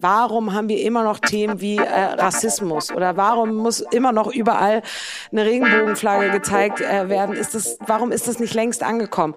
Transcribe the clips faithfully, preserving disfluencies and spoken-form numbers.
Warum haben wir immer noch Themen wie äh, Rassismus? Oder warum muss immer noch überall eine Regenbogenflagge gezeigt äh, werden? Ist das, warum ist das nicht längst angekommen?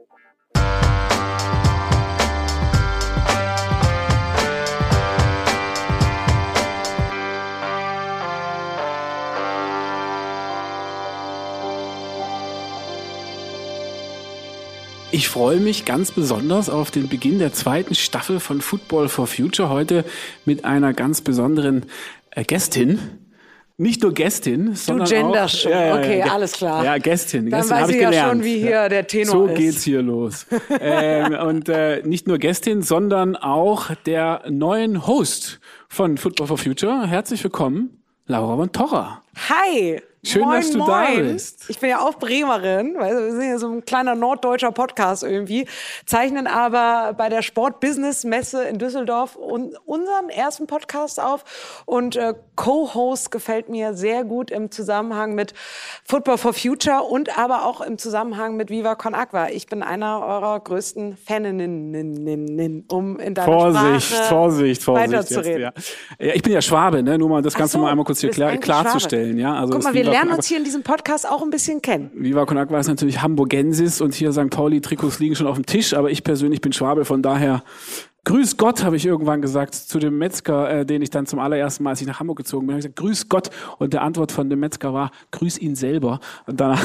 Ich freue mich ganz besonders auf den Beginn der zweiten Staffel von Football for Future. Heute mit einer ganz besonderen äh, Gästin. Nicht nur Gästin, sondern du genderst auch... schon, ja, ja, okay, ja, alles klar. Ja, Gästin. Dann Gästin weiß habe ich ich ja gelernt. schon, wie hier ja. der Tenor so ist. So geht's hier los. ähm, und äh, nicht nur Gästin, sondern auch der neuen Host von Football for Future. Herzlich willkommen, Laura von Torra. Hi! Schön, moin, dass du moin. da bist. Ich bin ja auch Bremerin, weil wir sind ja so ein kleiner norddeutscher Podcast irgendwie, zeichnen aber bei der Sport-Business-Messe in Düsseldorf un- unseren ersten Podcast auf und äh, Co-Host gefällt mir sehr gut im Zusammenhang mit Football for Future und aber auch im Zusammenhang mit Viva Con Agua. Ich bin einer eurer größten Faninnen, um in deiner Vorsicht, Sprache Vorsicht, Vorsicht weiterzureden. Jetzt, ja. Ja, ich bin ja Schwabe, ne? Nur mal das Ganze so, mal einmal kurz hier klar, klarzustellen. Ja? Also Guck mal, das wir Viva lernen uns hier in diesem Podcast auch ein bisschen kennen. Viva Con Agua ist natürlich Hamburgensis und hier Sankt Pauli-Trikots liegen schon auf dem Tisch, aber ich persönlich bin Schwabe, von daher Grüß Gott, habe ich irgendwann gesagt zu dem Metzger, äh, den ich dann zum allerersten Mal, als ich nach Hamburg gezogen bin, habe ich gesagt, Grüß Gott. Und der Antwort von dem Metzger war, Grüß ihn selber. Und danach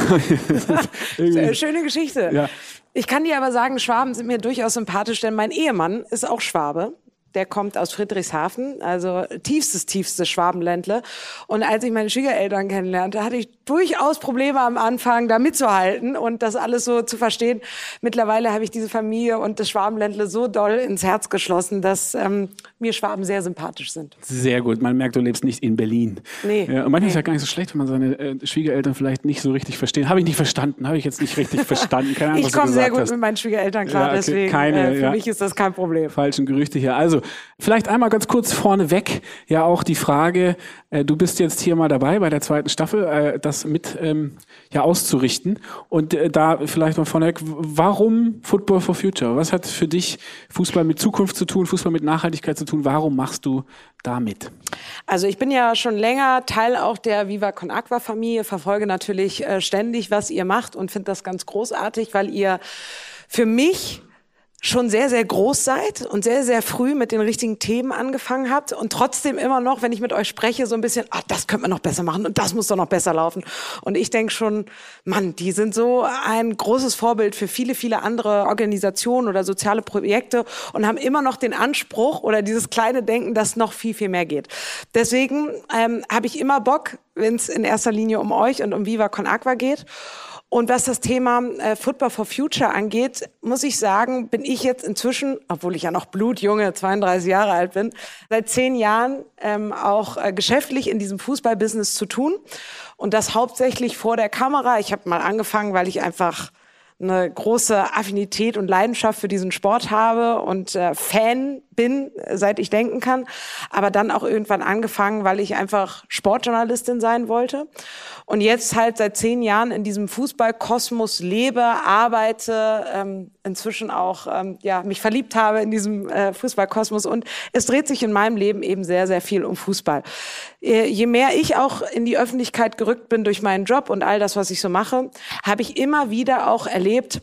schöne Geschichte. Ja. Ich kann dir aber sagen, Schwaben sind mir durchaus sympathisch, denn mein Ehemann ist auch Schwabe. Der kommt aus Friedrichshafen, also tiefstes, tiefstes Schwabenländle. Und als ich meine Schwiegereltern kennenlernte, hatte ich durchaus Probleme am Anfang, da mitzuhalten und das alles so zu verstehen. Mittlerweile habe ich diese Familie und das Schwabenländle so doll ins Herz geschlossen, dass ähm, mir Schwaben sehr sympathisch sind. Sehr gut. Man merkt, du lebst nicht in Berlin. Nee. Ja, und manchmal nee. ist ja gar nicht so schlecht, wenn man seine äh, Schwiegereltern vielleicht nicht so richtig versteht. Habe ich nicht verstanden, habe ich jetzt nicht richtig verstanden. Keine Ahnung, ich komme sehr gut hast. mit meinen Schwiegereltern klar, ja, okay. deswegen Keine, äh, für ja. mich ist das kein Problem. Falschen Gerüchte hier. Also vielleicht einmal ganz kurz vorneweg ja auch die Frage, äh, du bist jetzt hier mal dabei bei der zweiten Staffel, äh, das mit ähm, ja auszurichten und äh, da vielleicht mal vorneweg, warum Football for Future? Was hat für dich Fußball mit Zukunft zu tun, Fußball mit Nachhaltigkeit zu tun? Warum machst du da mit? Also ich bin ja schon länger Teil auch der Viva Con Agua Familie, verfolge natürlich äh, ständig, was ihr macht und finde das ganz großartig, weil ihr für mich schon sehr, sehr groß seid und sehr, sehr früh mit den richtigen Themen angefangen habt und trotzdem immer noch, wenn ich mit euch spreche, so ein bisschen, ah, das könnte man noch besser machen und das muss doch noch besser laufen. Und ich denke schon, Mann, die sind so ein großes Vorbild für viele, viele andere Organisationen oder soziale Projekte und haben immer noch den Anspruch oder dieses kleine Denken, dass noch viel, viel mehr geht. Deswegen ähm, habe ich immer Bock, wenn es in erster Linie um euch und um Viva Con Agua geht. Und was das Thema äh, Football for Future angeht, muss ich sagen, bin ich jetzt inzwischen, obwohl ich ja noch blutjunge, zweiunddreißig Jahre alt bin, seit zehn Jahren ähm, auch äh, geschäftlich in diesem Fußballbusiness zu tun. Und das hauptsächlich vor der Kamera. Ich habe mal angefangen, weil ich einfach eine große Affinität und Leidenschaft für diesen Sport habe und äh, Fan bin, seit ich denken kann. Aber dann auch irgendwann angefangen, weil ich einfach Sportjournalistin sein wollte. Und jetzt halt seit zehn Jahren in diesem Fußballkosmos lebe, arbeite, ähm, inzwischen auch ähm, ja mich verliebt habe in diesem äh, Fußballkosmos. Und es dreht sich in meinem Leben eben sehr, sehr viel um Fußball. Äh, je mehr ich auch in die Öffentlichkeit gerückt bin durch meinen Job und all das, was ich so mache, habe ich immer wieder auch erlebt,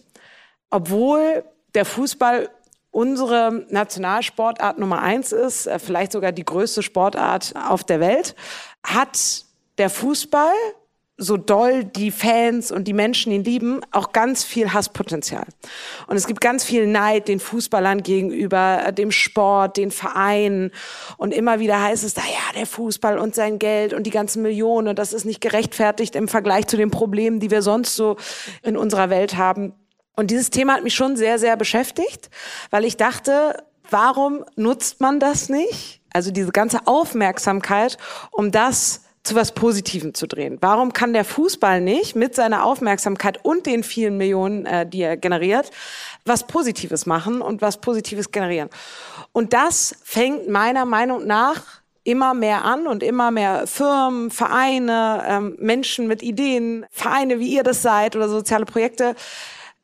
obwohl der Fußball unsere Nationalsportart Nummer eins ist, äh, vielleicht sogar die größte Sportart auf der Welt, hat der Fußball, so doll die Fans und die Menschen ihn lieben, auch ganz viel Hasspotenzial. Und es gibt ganz viel Neid den Fußballern gegenüber, dem Sport, den Vereinen. Und immer wieder heißt es, naja, der Fußball und sein Geld und die ganzen Millionen, und das ist nicht gerechtfertigt im Vergleich zu den Problemen, die wir sonst so in unserer Welt haben. Und dieses Thema hat mich schon sehr, sehr beschäftigt, weil ich dachte, warum nutzt man das nicht? Also diese ganze Aufmerksamkeit, um das zu was Positivem zu drehen. Warum kann der Fußball nicht mit seiner Aufmerksamkeit und den vielen Millionen, äh, die er generiert, was Positives machen und was Positives generieren? Und das fängt meiner Meinung nach immer mehr an und immer mehr Firmen, Vereine, ähm, Menschen mit Ideen, Vereine, wie ihr das seid oder soziale Projekte,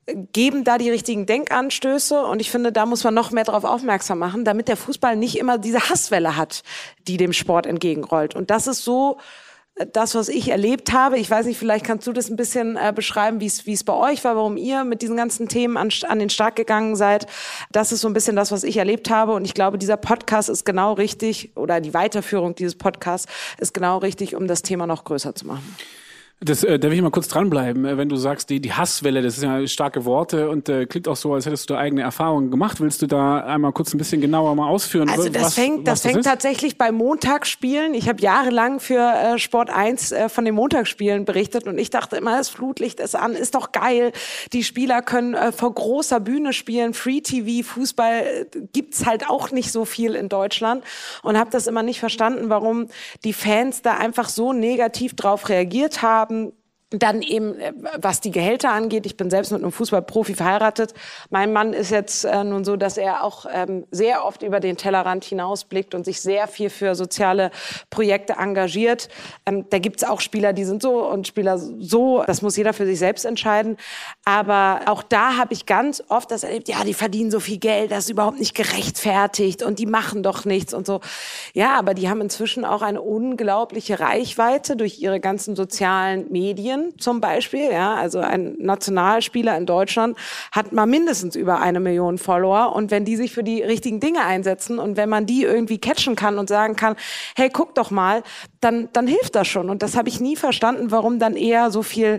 geben da die richtigen Denkanstöße und ich finde, da muss man noch mehr darauf aufmerksam machen, damit der Fußball nicht immer diese Hasswelle hat, die dem Sport entgegenrollt. Und das ist so das, was ich erlebt habe. Ich weiß nicht, vielleicht kannst du das ein bisschen äh, beschreiben, wie es wie es bei euch war, warum ihr mit diesen ganzen Themen an, an den Start gegangen seid. Das ist so ein bisschen das, was ich erlebt habe und ich glaube, dieser Podcast ist genau richtig oder die Weiterführung dieses Podcasts ist genau richtig, um das Thema noch größer zu machen. Das, äh, da will ich mal kurz dranbleiben, wenn du sagst, die, die Hasswelle, das sind ja starke Worte und äh, klingt auch so, als hättest du da eigene Erfahrungen gemacht. Willst du da einmal kurz ein bisschen genauer mal ausführen? Also das was, fängt, das was fängt das tatsächlich bei Montagsspielen. Ich habe jahrelang für äh, Sport eins äh, von den Montagsspielen berichtet und ich dachte immer, das Flutlicht ist an, ist doch geil. Die Spieler können äh, vor großer Bühne spielen, Free-T V, Fußball äh, gibt's halt auch nicht so viel in Deutschland und habe das immer nicht verstanden, warum die Fans da einfach so negativ drauf reagiert haben. Dann eben, was die Gehälter angeht, ich bin selbst mit einem Fußballprofi verheiratet. Mein Mann ist jetzt äh, nun so, dass er auch ähm, sehr oft über den Tellerrand hinausblickt und sich sehr viel für soziale Projekte engagiert. Ähm, da gibt's auch Spieler, die sind so und Spieler so. Das muss jeder für sich selbst entscheiden. Aber auch da habe ich ganz oft das erlebt, ja, die verdienen so viel Geld, das ist überhaupt nicht gerechtfertigt und die machen doch nichts und so. Ja, aber die haben inzwischen auch eine unglaubliche Reichweite durch ihre ganzen sozialen Medien. Zum Beispiel, ja, also ein Nationalspieler in Deutschland hat mal mindestens über eine Million Follower und wenn die sich für die richtigen Dinge einsetzen und wenn man die irgendwie catchen kann und sagen kann, hey, guck doch mal, dann, dann hilft das schon und das habe ich nie verstanden, warum dann eher so viel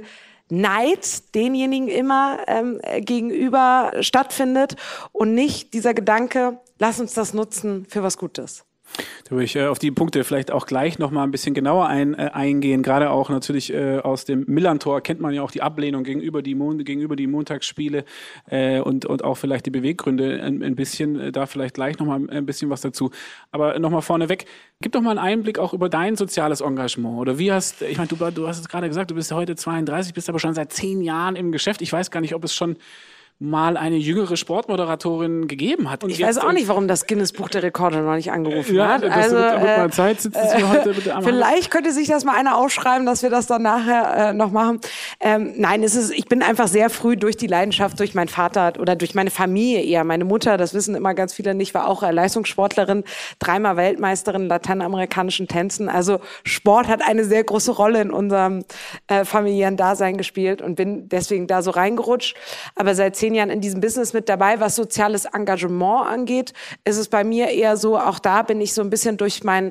Neid denjenigen immer ähm, gegenüber stattfindet und nicht dieser Gedanke, lass uns das nutzen für was Gutes. Da würde ich äh, auf die Punkte vielleicht auch gleich noch mal ein bisschen genauer ein, äh, eingehen. Gerade auch natürlich äh, aus dem Millerntor kennt man ja auch die Ablehnung gegenüber die, Mon- gegenüber die Montagsspiele äh, und, und auch vielleicht die Beweggründe ein, ein bisschen. Äh, da vielleicht gleich noch mal ein bisschen was dazu. Aber noch mal vorneweg, gib doch mal einen Einblick auch über dein soziales Engagement. Oder wie hast, ich meine, du, du hast es gerade gesagt, du bist ja heute zweiunddreißig, bist aber schon seit zehn Jahren im Geschäft. Ich weiß gar nicht, ob es schon mal eine jüngere Sportmoderatorin gegeben hat. Und ich weiß auch nicht, warum das Guinness-Buch der Rekorde noch nicht angerufen ja, hat. Das also, wird, wird äh, mal Zeit, sitzt äh, heute bitte am Vielleicht könnte sich das mal einer aufschreiben, dass wir das dann nachher äh, noch machen. Ähm, nein, es ist, ich bin einfach sehr früh durch die Leidenschaft, durch meinen Vater oder durch meine Familie eher. Meine Mutter, das wissen immer ganz viele nicht, war auch äh, Leistungssportlerin, dreimal Weltmeisterin lateinamerikanischen Tänzen. Also Sport hat eine sehr große Rolle in unserem äh, familiären Dasein gespielt und bin deswegen da so reingerutscht. Aber seit zehn Jahren in diesem Business mit dabei, was soziales Engagement angeht, ist es bei mir eher so, auch da bin ich so ein bisschen durch meinen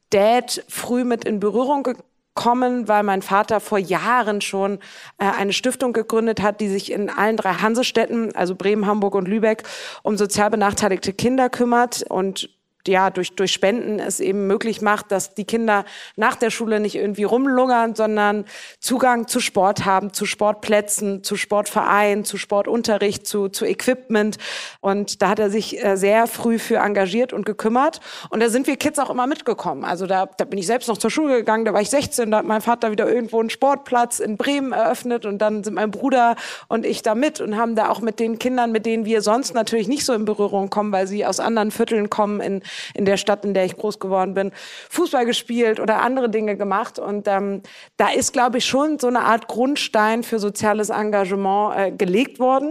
Dad früh mit in Berührung gekommen, weil mein Vater vor Jahren schon äh, eine Stiftung gegründet hat, die sich in allen drei Hansestädten, also Bremen, Hamburg und Lübeck, um sozial benachteiligte Kinder kümmert und ja, durch, durch Spenden es eben möglich macht, dass die Kinder nach der Schule nicht irgendwie rumlungern, sondern Zugang zu Sport haben, zu Sportplätzen, zu Sportvereinen, zu Sportunterricht, zu, zu Equipment. Und da hat er sich äh, sehr früh für engagiert und gekümmert. Und da sind wir Kids auch immer mitgekommen. Also da, da bin ich selbst noch zur Schule gegangen, da war ich sechzehn, da hat mein Vater wieder irgendwo einen Sportplatz in Bremen eröffnet und dann sind mein Bruder und ich da mit und haben da auch mit den Kindern, mit denen wir sonst natürlich nicht so in Berührung kommen, weil sie aus anderen Vierteln kommen, in in der Stadt, in der ich groß geworden bin, Fußball gespielt oder andere Dinge gemacht. Und ähm, da ist, glaube ich, schon so eine Art Grundstein für soziales Engagement äh, gelegt worden.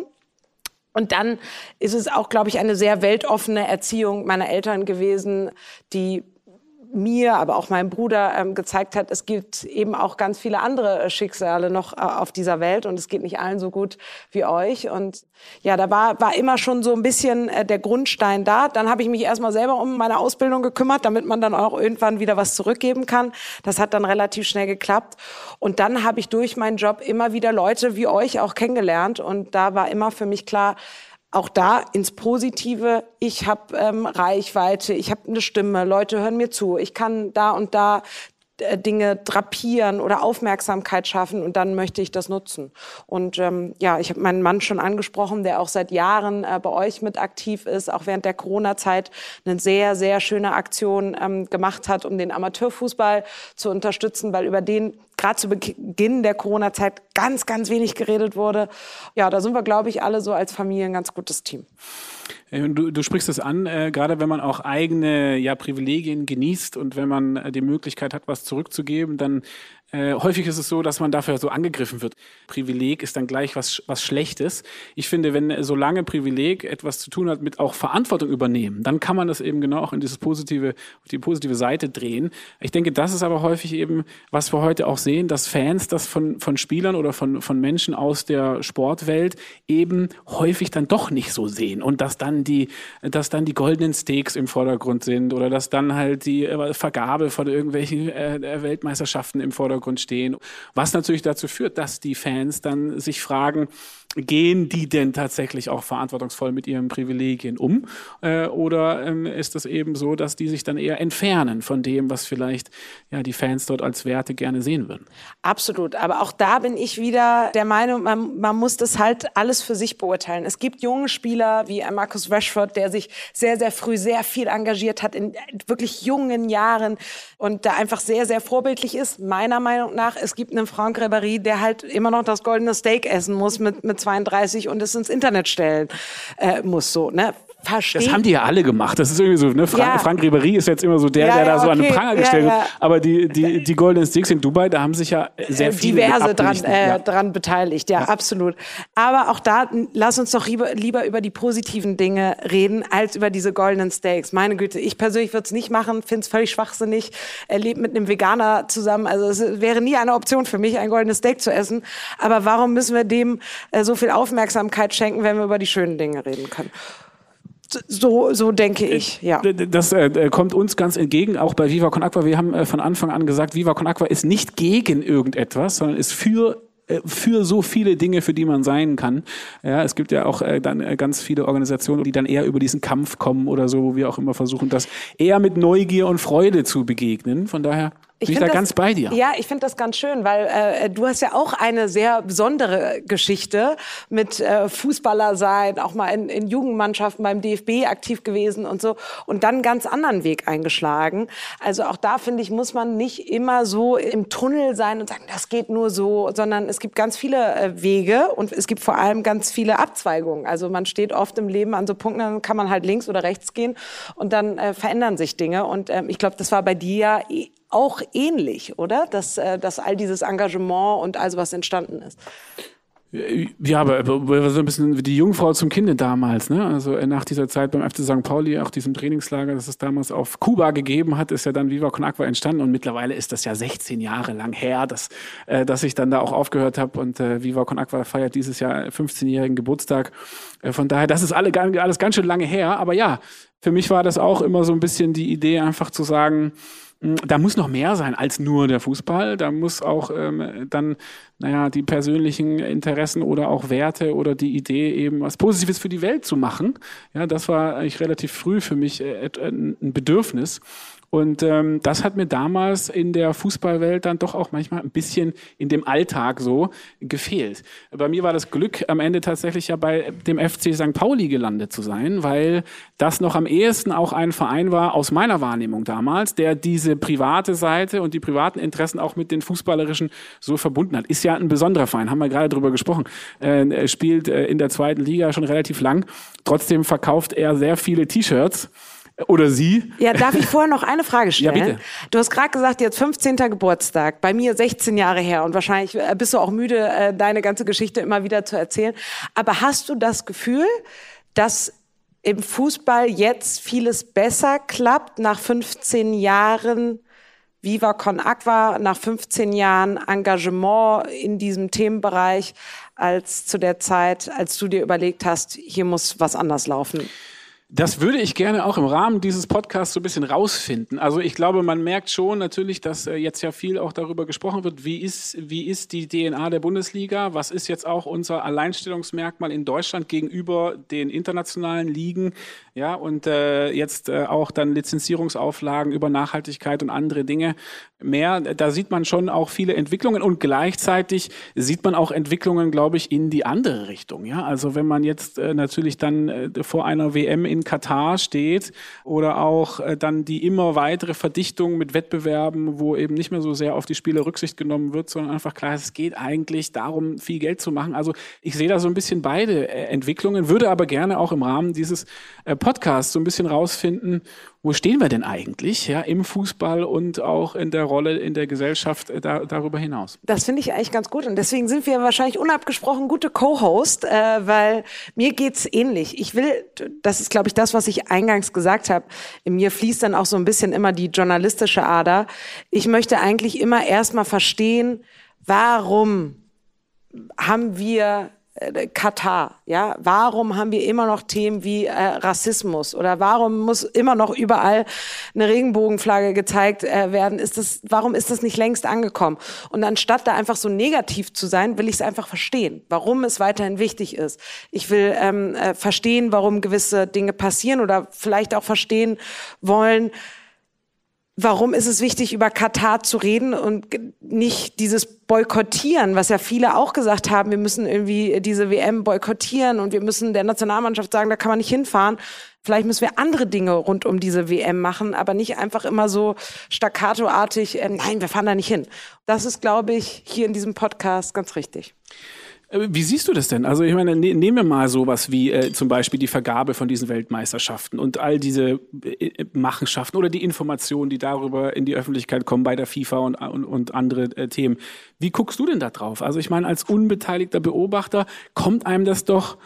Und dann ist es auch, glaube ich, eine sehr weltoffene Erziehung meiner Eltern gewesen, die mir, aber auch meinem Bruder ähm, gezeigt hat, es gibt eben auch ganz viele andere äh, Schicksale noch äh, auf dieser Welt und es geht nicht allen so gut wie euch. Und ja, da war, war immer schon so ein bisschen äh, der Grundstein da. Dann habe ich mich erstmal selber um meine Ausbildung gekümmert, damit man dann auch irgendwann wieder was zurückgeben kann. Das hat dann relativ schnell geklappt. Und dann habe ich durch meinen Job immer wieder Leute wie euch auch kennengelernt und da war immer für mich klar, auch da ins Positive, ich habe ähm, Reichweite, ich habe eine Stimme, Leute hören mir zu, ich kann da und da äh, Dinge drapieren oder Aufmerksamkeit schaffen und dann möchte ich das nutzen. Und ähm, ja, ich habe meinen Mann schon angesprochen, der auch seit Jahren äh, bei euch mit aktiv ist, auch während der Corona-Zeit eine sehr, sehr schöne Aktion ähm, gemacht hat, um den Amateurfußball zu unterstützen, weil über den gerade zu Beginn der Corona-Zeit ganz, ganz wenig geredet wurde. Ja, da sind wir, glaube ich, alle so als Familie ein ganz gutes Team. Du, du sprichst es an, äh, gerade wenn man auch eigene ja, Privilegien genießt und wenn man äh, die Möglichkeit hat, was zurückzugeben, dann Äh, häufig ist es so, dass man dafür so angegriffen wird. Privileg ist dann gleich was, was Schlechtes. Ich finde, wenn solange Privileg etwas zu tun hat mit auch Verantwortung übernehmen, dann kann man das eben genau auch in dieses positive, auf die positive Seite drehen. Ich denke, das ist aber häufig eben, was wir heute auch sehen, dass Fans das von, von Spielern oder von, von Menschen aus der Sportwelt eben häufig dann doch nicht so sehen und dass dann die, dass dann die goldenen Steaks im Vordergrund sind oder dass dann halt die Vergabe von irgendwelchen äh, Weltmeisterschaften im Vordergrund stehen, was natürlich dazu führt, dass die Fans dann sich fragen, gehen die denn tatsächlich auch verantwortungsvoll mit ihren Privilegien um? Äh, oder ähm, ist es eben so, dass die sich dann eher entfernen von dem, was vielleicht ja, die Fans dort als Werte gerne sehen würden? Absolut. Aber auch da bin ich wieder der Meinung, man, man muss das halt alles für sich beurteilen. Es gibt junge Spieler wie Marcus Rashford, der sich sehr, sehr früh sehr viel engagiert hat in wirklich jungen Jahren und da einfach sehr, sehr vorbildlich ist, meiner Meinung nach. Es gibt einen Franck Ribéry, der halt immer noch das goldene Steak essen muss mit, mit zweiunddreißig und es ins Internet stellen äh, muss, so, ne? Versteht. Das haben die ja alle gemacht. Das ist irgendwie so, ne? Frank, ja. Franck Ribéry ist jetzt immer so der, ja, der ja, da so okay. an den Pranger ja, gestellt ja. wird. Aber die, die, die Golden Sticks in Dubai, da haben sich ja sehr viele diverse dran, äh, ja. dran beteiligt, ja, ja, absolut. Aber auch da, lass uns doch lieber, lieber über die positiven Dinge reden, als über diese goldenen Steaks. Meine Güte, ich persönlich würde es nicht machen, finde es völlig schwachsinnig. Er lebt mit einem Veganer zusammen, also es wäre nie eine Option für mich, ein goldenes Steak zu essen. Aber warum müssen wir dem äh, so viel Aufmerksamkeit schenken, wenn wir über die schönen Dinge reden können? So, so denke ich, ja. Das äh, kommt uns ganz entgegen, auch bei Viva Con Agua. Wir haben äh, von Anfang an gesagt, Viva Con Agua ist nicht gegen irgendetwas, sondern ist für für so viele Dinge, für die man sein kann. Ja, es gibt ja auch äh, dann äh, ganz viele Organisationen, die dann eher über diesen Kampf kommen oder so, wo wir auch immer versuchen, das eher mit Neugier und Freude zu begegnen. Von daher bin ich da das, ganz bei dir. Ja, ich finde das ganz schön, weil äh, du hast ja auch eine sehr besondere Geschichte mit äh, Fußballer sein, auch mal in, in Jugendmannschaften beim D F B aktiv gewesen und so und dann einen ganz anderen Weg eingeschlagen. Also auch da, finde ich, muss man nicht immer so im Tunnel sein und sagen, das geht nur so, sondern es gibt ganz viele äh, Wege und es gibt vor allem ganz viele Abzweigungen. Also man steht oft im Leben an so Punkten, dann kann man halt links oder rechts gehen und dann äh, verändern sich Dinge. Und ähm, ich glaube, das war bei dir ja eh auch ähnlich, oder? Dass, äh, dass all dieses Engagement und all sowas entstanden ist. Ja, aber so ein bisschen wie die Jungfrau zum Kinde damals, ne? Also nach dieser Zeit beim F C Sankt Pauli, auch diesem Trainingslager, das es damals auf Kuba gegeben hat, ist ja dann Viva Con Agua entstanden und mittlerweile ist das ja sechzehn Jahre lang her, dass, äh, dass ich dann da auch aufgehört habe und äh, Viva Con Agua feiert dieses Jahr fünfzehnjährigen Geburtstag. Äh, von daher, das ist alle, alles ganz schön lange her, aber ja, für mich war das auch immer so ein bisschen die Idee, einfach zu sagen, da muss noch mehr sein als nur der Fußball. Da muss auch ähm, dann, naja, die persönlichen Interessen oder auch Werte oder die Idee, eben was Positives für die Welt zu machen. Ja, das war eigentlich relativ früh für mich äh, ein Bedürfnis. Und ähm, das hat mir damals in der Fußballwelt dann doch auch manchmal ein bisschen in dem Alltag so gefehlt. Bei mir war das Glück, am Ende tatsächlich ja bei dem F C Sankt Pauli gelandet zu sein, weil das noch am ehesten auch ein Verein war, aus meiner Wahrnehmung damals, der diese private Seite und die privaten Interessen auch mit den fußballerischen so verbunden hat. Ist ja ein besonderer Verein, haben wir gerade drüber gesprochen. Äh, er spielt äh, in der zweiten Liga schon relativ lang. Trotzdem verkauft er sehr viele T-Shirts. Oder sie. Ja, darf ich vorher noch eine Frage stellen? Ja, bitte. Du hast gerade gesagt, jetzt fünfzehnten Geburtstag, bei mir sechzehn Jahre her und wahrscheinlich bist du auch müde, deine ganze Geschichte immer wieder zu erzählen. Aber hast du das Gefühl, dass im Fußball jetzt vieles besser klappt nach fünfzehn Jahren Viva Con Agua, nach fünfzehn Jahren Engagement in diesem Themenbereich, als zu der Zeit, als du dir überlegt hast, hier muss was anders laufen? Das würde ich gerne auch im Rahmen dieses Podcasts so ein bisschen rausfinden. Also ich glaube, man merkt schon natürlich, dass äh, jetzt ja viel auch darüber gesprochen wird, wie ist, wie ist die D N A der Bundesliga, was ist jetzt auch unser Alleinstellungsmerkmal in Deutschland gegenüber den internationalen Ligen, ja, und äh, jetzt äh, auch dann Lizenzierungsauflagen über Nachhaltigkeit und andere Dinge mehr. Da sieht man schon auch viele Entwicklungen und gleichzeitig sieht man auch Entwicklungen, glaube ich, in die andere Richtung. Ja, also wenn man jetzt äh, natürlich dann äh, vor einer W M in in Katar steht oder auch äh, dann die immer weitere Verdichtung mit Wettbewerben, wo eben nicht mehr so sehr auf die Spieler Rücksicht genommen wird, sondern einfach klar, es geht eigentlich darum, viel Geld zu machen. Also ich sehe da so ein bisschen beide äh, Entwicklungen, würde aber gerne auch im Rahmen dieses äh, Podcasts so ein bisschen rausfinden, wo stehen wir denn eigentlich, ja, im Fußball und auch in der Rolle in der Gesellschaft äh, da, darüber hinaus? Das finde ich eigentlich ganz gut und deswegen sind wir wahrscheinlich unabgesprochen gute Co-Host, äh, weil mir geht's ähnlich. Ich will, das ist glaube ich das, was ich eingangs gesagt habe, in mir fließt dann auch so ein bisschen immer die journalistische Ader. Ich möchte eigentlich immer erstmal verstehen, warum haben wir Katar, ja, warum haben wir immer noch Themen wie äh, Rassismus oder warum muss immer noch überall eine Regenbogenflagge gezeigt äh, werden? Ist das, warum ist das nicht längst angekommen? Und anstatt da einfach so negativ zu sein, will ich es einfach verstehen, warum es weiterhin wichtig ist. Ich will ähm, äh, verstehen, warum gewisse Dinge passieren oder vielleicht auch verstehen wollen, warum ist es wichtig, über Katar zu reden und nicht dieses Boykottieren, was ja viele auch gesagt haben, wir müssen irgendwie diese W M boykottieren und wir müssen der Nationalmannschaft sagen, da kann man nicht hinfahren. Vielleicht müssen wir andere Dinge rund um diese W M machen, aber nicht einfach immer so staccatoartig, äh, nein, wir fahren da nicht hin. Das ist, glaube ich, hier in diesem Podcast ganz richtig. Wie siehst du das denn? Also ich meine, ne, nehmen wir mal sowas wie äh, zum Beispiel die Vergabe von diesen Weltmeisterschaften und all diese äh, Machenschaften oder die Informationen, die darüber in die Öffentlichkeit kommen bei der FIFA und, und, und andere äh, Themen. Wie guckst du denn da drauf? Also ich meine, als unbeteiligter Beobachter kommt einem das doch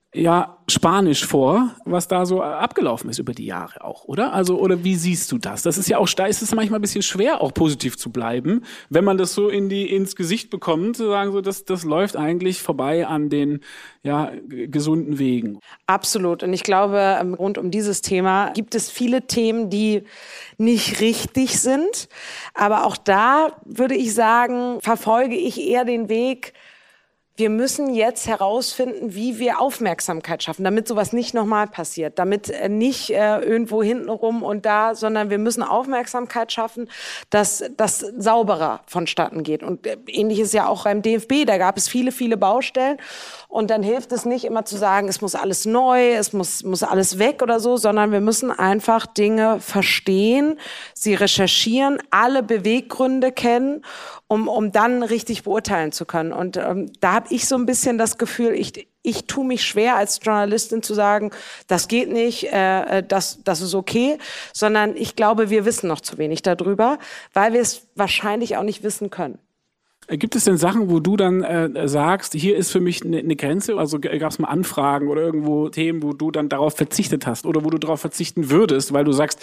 ja spanisch vor, was da so abgelaufen ist über die Jahre auch, oder? Also, oder wie siehst du das? Das ist ja auch, da ist es manchmal ein bisschen schwer, auch positiv zu bleiben, wenn man das so in die, ins Gesicht bekommt, zu sagen, so, das, das läuft eigentlich vorbei an den, ja, gesunden Wegen. Absolut. Und ich glaube, rund um dieses Thema gibt es viele Themen, die nicht richtig sind. Aber auch da würde ich sagen, verfolge ich eher den Weg, wir müssen jetzt herausfinden, wie wir Aufmerksamkeit schaffen, damit sowas nicht nochmal passiert, damit äh, nicht äh, irgendwo hintenrum und da, sondern wir müssen Aufmerksamkeit schaffen, dass das sauberer vonstatten geht. Und äh, ähnlich ist ja auch beim D F B, da gab es viele, viele Baustellen und dann hilft es nicht immer zu sagen, es muss alles neu, es muss, muss alles weg oder so, sondern wir müssen einfach Dinge verstehen, sie recherchieren, alle Beweggründe kennen, um, um dann richtig beurteilen zu können. Und ähm, da habe ich so ein bisschen das Gefühl, ich, ich tue mich schwer als Journalistin zu sagen, das geht nicht, äh, das, das ist okay, sondern ich glaube, wir wissen noch zu wenig darüber, weil wir es wahrscheinlich auch nicht wissen können. Gibt es denn Sachen, wo du dann äh, sagst, hier ist für mich eine ne Grenze? Also gab es mal Anfragen oder irgendwo Themen, wo du dann darauf verzichtet hast oder wo du darauf verzichten würdest, weil du sagst,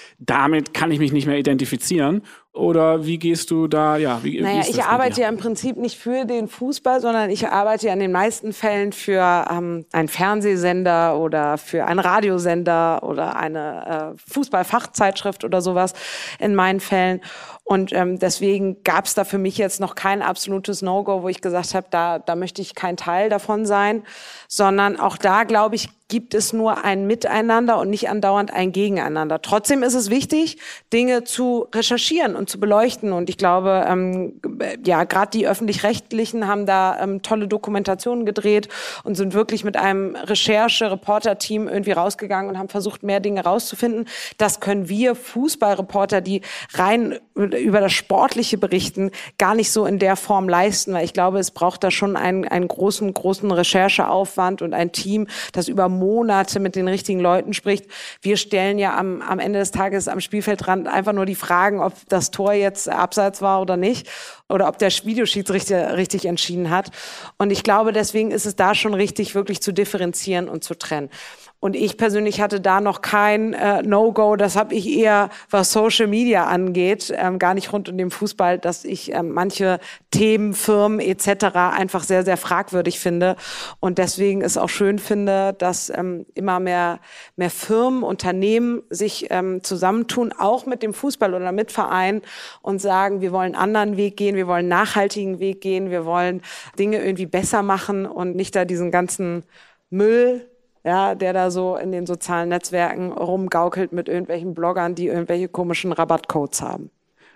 damit kann ich mich nicht mehr identifizieren? Oder wie gehst du da, ja, wie, naja, wie ist das ich arbeite ja im Prinzip nicht für den Fußball, sondern ich arbeite ja in den meisten Fällen für ähm, einen Fernsehsender oder für einen Radiosender oder eine äh, Fußballfachzeitschrift oder sowas in meinen Fällen. Und ähm, deswegen gab es da für mich jetzt noch kein absolutes No-Go, wo ich gesagt habe, da, da möchte ich kein Teil davon sein, sondern auch da, glaube ich, gibt es nur ein Miteinander und nicht andauernd ein Gegeneinander. Trotzdem ist es wichtig, Dinge zu recherchieren und zu beleuchten. Und ich glaube, ähm, ja, gerade die Öffentlich-Rechtlichen haben da ähm, tolle Dokumentationen gedreht und sind wirklich mit einem Recherche-Reporter-Team irgendwie rausgegangen und haben versucht, mehr Dinge rauszufinden. Das können wir Fußballreporter, die rein über das Sportliche berichten, gar nicht so in der Form leisten, weil ich glaube, es braucht da schon einen, einen großen, großen Rechercheaufwand und ein Team, das über Monate mit den richtigen Leuten spricht. Wir stellen ja am, am Ende des Tages am Spielfeldrand einfach nur die Fragen, ob das Tor jetzt abseits war oder nicht oder ob der Videoschiedsrichter richtig entschieden hat. Und ich glaube, deswegen ist es da schon richtig, wirklich zu differenzieren und zu trennen. Und ich persönlich hatte da noch kein äh, No-Go. Das habe ich eher, was Social Media angeht, ähm, gar nicht rund um den Fußball, dass ich ähm, manche Themen, Firmen et cetera einfach sehr, sehr fragwürdig finde. Und deswegen es auch schön finde, dass ähm, immer mehr, mehr Firmen, Unternehmen sich ähm, zusammentun, auch mit dem Fußball oder mit Vereinen und sagen, wir wollen einen anderen Weg gehen, wir wollen einen nachhaltigen Weg gehen, wir wollen Dinge irgendwie besser machen und nicht da diesen ganzen Müll, ja, der da so in den sozialen Netzwerken rumgaukelt mit irgendwelchen Bloggern, die irgendwelche komischen Rabattcodes haben.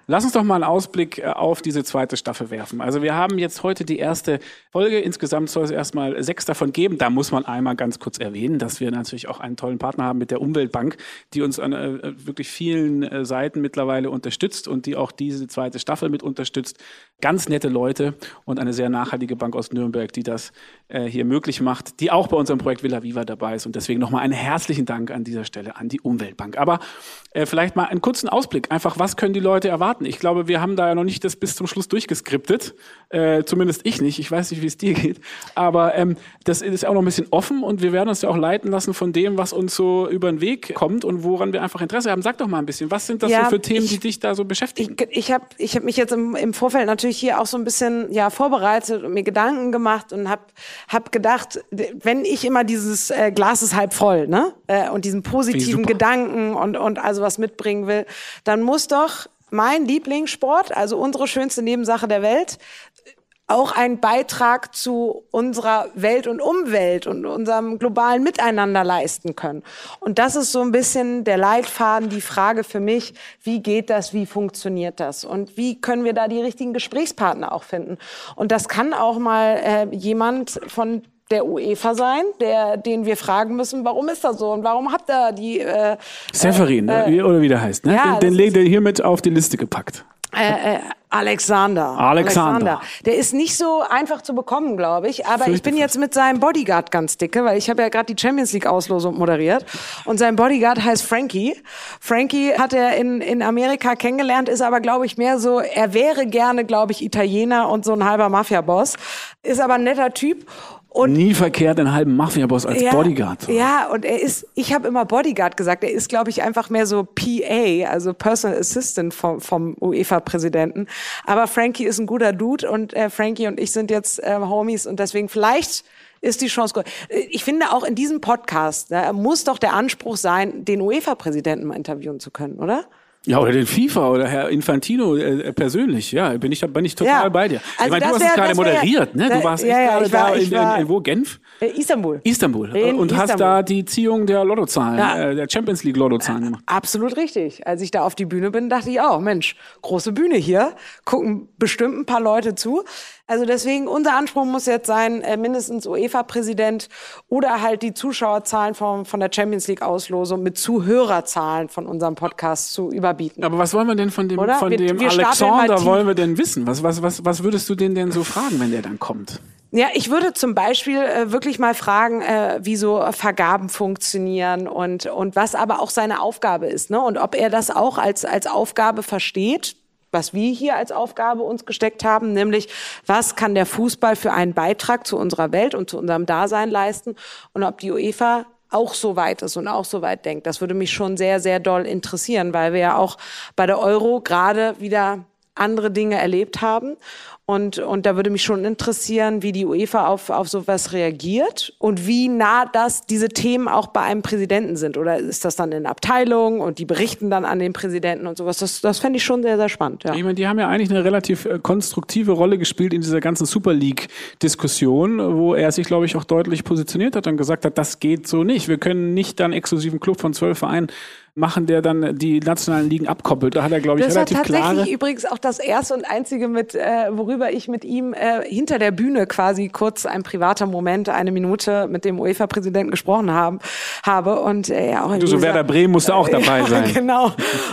Lass uns doch mal einen Ausblick auf diese zweite Staffel werfen. Also wir haben jetzt heute die erste Folge. Insgesamt soll es erstmal sechs davon geben. Da muss man einmal ganz kurz erwähnen, dass wir natürlich auch einen tollen Partner haben mit der Umweltbank, die uns an äh, wirklich vielen äh, Seiten mittlerweile unterstützt und die auch diese zweite Staffel mit unterstützt. Ganz nette Leute und eine sehr nachhaltige Bank aus Nürnberg, die das äh, hier möglich macht, die auch bei unserem Projekt Villa Viva dabei ist. Und deswegen nochmal einen herzlichen Dank an dieser Stelle an die Umweltbank. Aber äh, vielleicht mal einen kurzen Ausblick. Einfach, was können die Leute erwarten? Ich glaube, wir haben da ja noch nicht das bis zum Schluss durchgeskriptet. Äh, zumindest ich nicht. Ich weiß nicht, wie es dir geht. Aber ähm, das ist auch noch ein bisschen offen und wir werden uns ja auch leiten lassen von dem, was uns so über den Weg kommt und woran wir einfach Interesse haben. Sag doch mal ein bisschen, was sind das ja, so für Themen, ich, die dich da so beschäftigen? Ich, ich habe ich hab mich jetzt im, im Vorfeld natürlich hier auch so ein bisschen ja, vorbereitet und mir Gedanken gemacht und habe hab gedacht, wenn ich immer dieses äh, Glas ist halb voll, ne? Äh, und diesen positiven Gedanken und, und also was mitbringen will, dann muss doch mein Lieblingssport, also unsere schönste Nebensache der Welt, auch einen Beitrag zu unserer Welt und Umwelt und unserem globalen Miteinander leisten können. Und das ist so ein bisschen der Leitfaden, die Frage für mich, wie geht das, wie funktioniert das und wie können wir da die richtigen Gesprächspartner auch finden. Und das kann auch mal äh, jemand von der UEFA sein, der, den wir fragen müssen, warum ist das so und warum habt ihr die... Äh, Seferin, äh, oder wie der heißt, ne? Ja, den den legt er hiermit auf die Liste gepackt. Äh, äh, Alexander. Alexander. Alexander. Der ist nicht so einfach zu bekommen, glaube ich. Aber ich bin jetzt mit seinem Bodyguard ganz dicke, weil ich habe ja gerade die Champions League Auslosung moderiert. Und sein Bodyguard heißt Frankie. Frankie hat er in, in Amerika kennengelernt, ist aber, glaube ich, mehr so, er wäre gerne, glaube ich, Italiener und so ein halber Mafia-Boss. Ist aber ein netter Typ. Und nie verkehrt, einen halben Mafia-Boss als ja, Bodyguard. So. Ja, und er ist, ich habe immer Bodyguard gesagt, er ist, glaube ich, einfach mehr so P A, also Personal Assistant vom, vom UEFA-Präsidenten. Aber Frankie ist ein guter Dude und äh, Frankie und ich sind jetzt äh, Homies und deswegen vielleicht ist die Chance gut. Ich finde auch in diesem Podcast, da muss doch der Anspruch sein, den UEFA-Präsidenten mal interviewen zu können, oder? Ja, oder den FIFA oder Herr Infantino äh, persönlich. Ja, bin ich, bin ich total ja. bei dir. Also ich meine, du hast wär, es gerade moderiert, ne? Du warst ja, echt ja, gerade war, da in, war, in, in, wo? Genf? Äh, Istanbul. Istanbul. In und Istanbul. hast da die Ziehung der Lottozahlen, ja. äh, der Champions League Lottozahlen gemacht. Absolut richtig. Als ich da auf die Bühne bin, dachte ich auch, Mensch, große Bühne hier. Gucken bestimmt ein paar Leute zu. Also deswegen, unser Anspruch muss jetzt sein, äh, mindestens UEFA-Präsident oder halt die Zuschauerzahlen von, von der Champions League-Auslosung mit Zuhörerzahlen von unserem Podcast zu überbieten. Aber was wollen wir denn von dem, oder? von wir, dem wir Alexander wollen wir denn wissen? Was, was, was, was würdest du den denn so fragen, wenn der dann kommt? Ja, ich würde zum Beispiel äh, wirklich mal fragen, äh, wie so Vergaben funktionieren und, und was aber auch seine Aufgabe ist, ne? Und ob er das auch als, als Aufgabe versteht, was wir hier als Aufgabe uns gesteckt haben, nämlich was kann der Fußball für einen Beitrag zu unserer Welt und zu unserem Dasein leisten und ob die UEFA auch so weit ist und auch so weit denkt. Das würde mich schon sehr, sehr doll interessieren, weil wir ja auch bei der Euro gerade wieder andere Dinge erlebt haben. Und, und da würde mich schon interessieren, wie die UEFA auf, auf sowas reagiert und wie nah das diese Themen auch bei einem Präsidenten sind. Oder ist das dann in Abteilungen und die berichten dann an den Präsidenten und sowas? Das, das fände ich schon sehr, sehr spannend. Ja. Ich meine, die haben ja eigentlich eine relativ äh, konstruktive Rolle gespielt in dieser ganzen Super League-Diskussion, wo er sich, glaube ich, auch deutlich positioniert hat und gesagt hat, das geht so nicht. Wir können nicht dann exklusiven Club von zwölf Vereinen machen, der dann die nationalen Ligen abkoppelt. Da hat er, glaube ich, das relativ klare... Das war tatsächlich übrigens auch das erste und einzige, mit äh, worüber ich mit ihm äh, hinter der Bühne quasi kurz ein privater Moment, eine Minute mit dem UEFA-Präsidenten gesprochen haben, habe. Und, äh, ja, auch du, so Werder Bremen musste auch dabei ja, sein. Genau.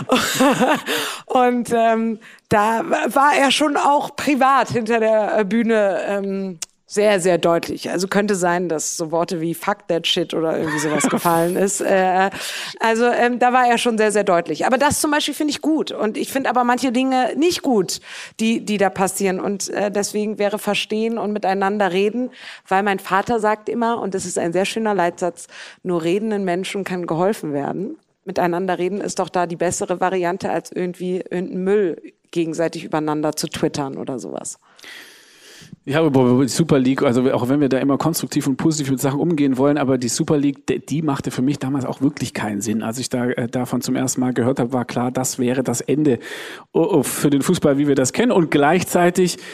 Und ähm, da war er schon auch privat hinter der Bühne ähm, sehr, sehr deutlich. Also könnte sein, dass so Worte wie fuck that shit oder irgendwie sowas gefallen ist. Äh, also ähm, da war er schon sehr, sehr deutlich. Aber das zum Beispiel finde ich gut. Und ich finde aber manche Dinge nicht gut, die, die da passieren. Und äh, deswegen wäre Verstehen und miteinander reden, weil mein Vater sagt immer, und das ist ein sehr schöner Leitsatz, nur redenden Menschen kann geholfen werden. Miteinander reden ist doch da die bessere Variante, als irgendwie irgendeinen Müll gegenseitig übereinander zu twittern oder sowas. Ja, aber die Super League, also auch wenn wir da immer konstruktiv und positiv mit Sachen umgehen wollen, aber die Super League, die machte für mich damals auch wirklich keinen Sinn. Als ich da äh, davon zum ersten Mal gehört habe, war klar, das wäre das Ende für den Fußball, wie wir das kennen. Und gleichzeitig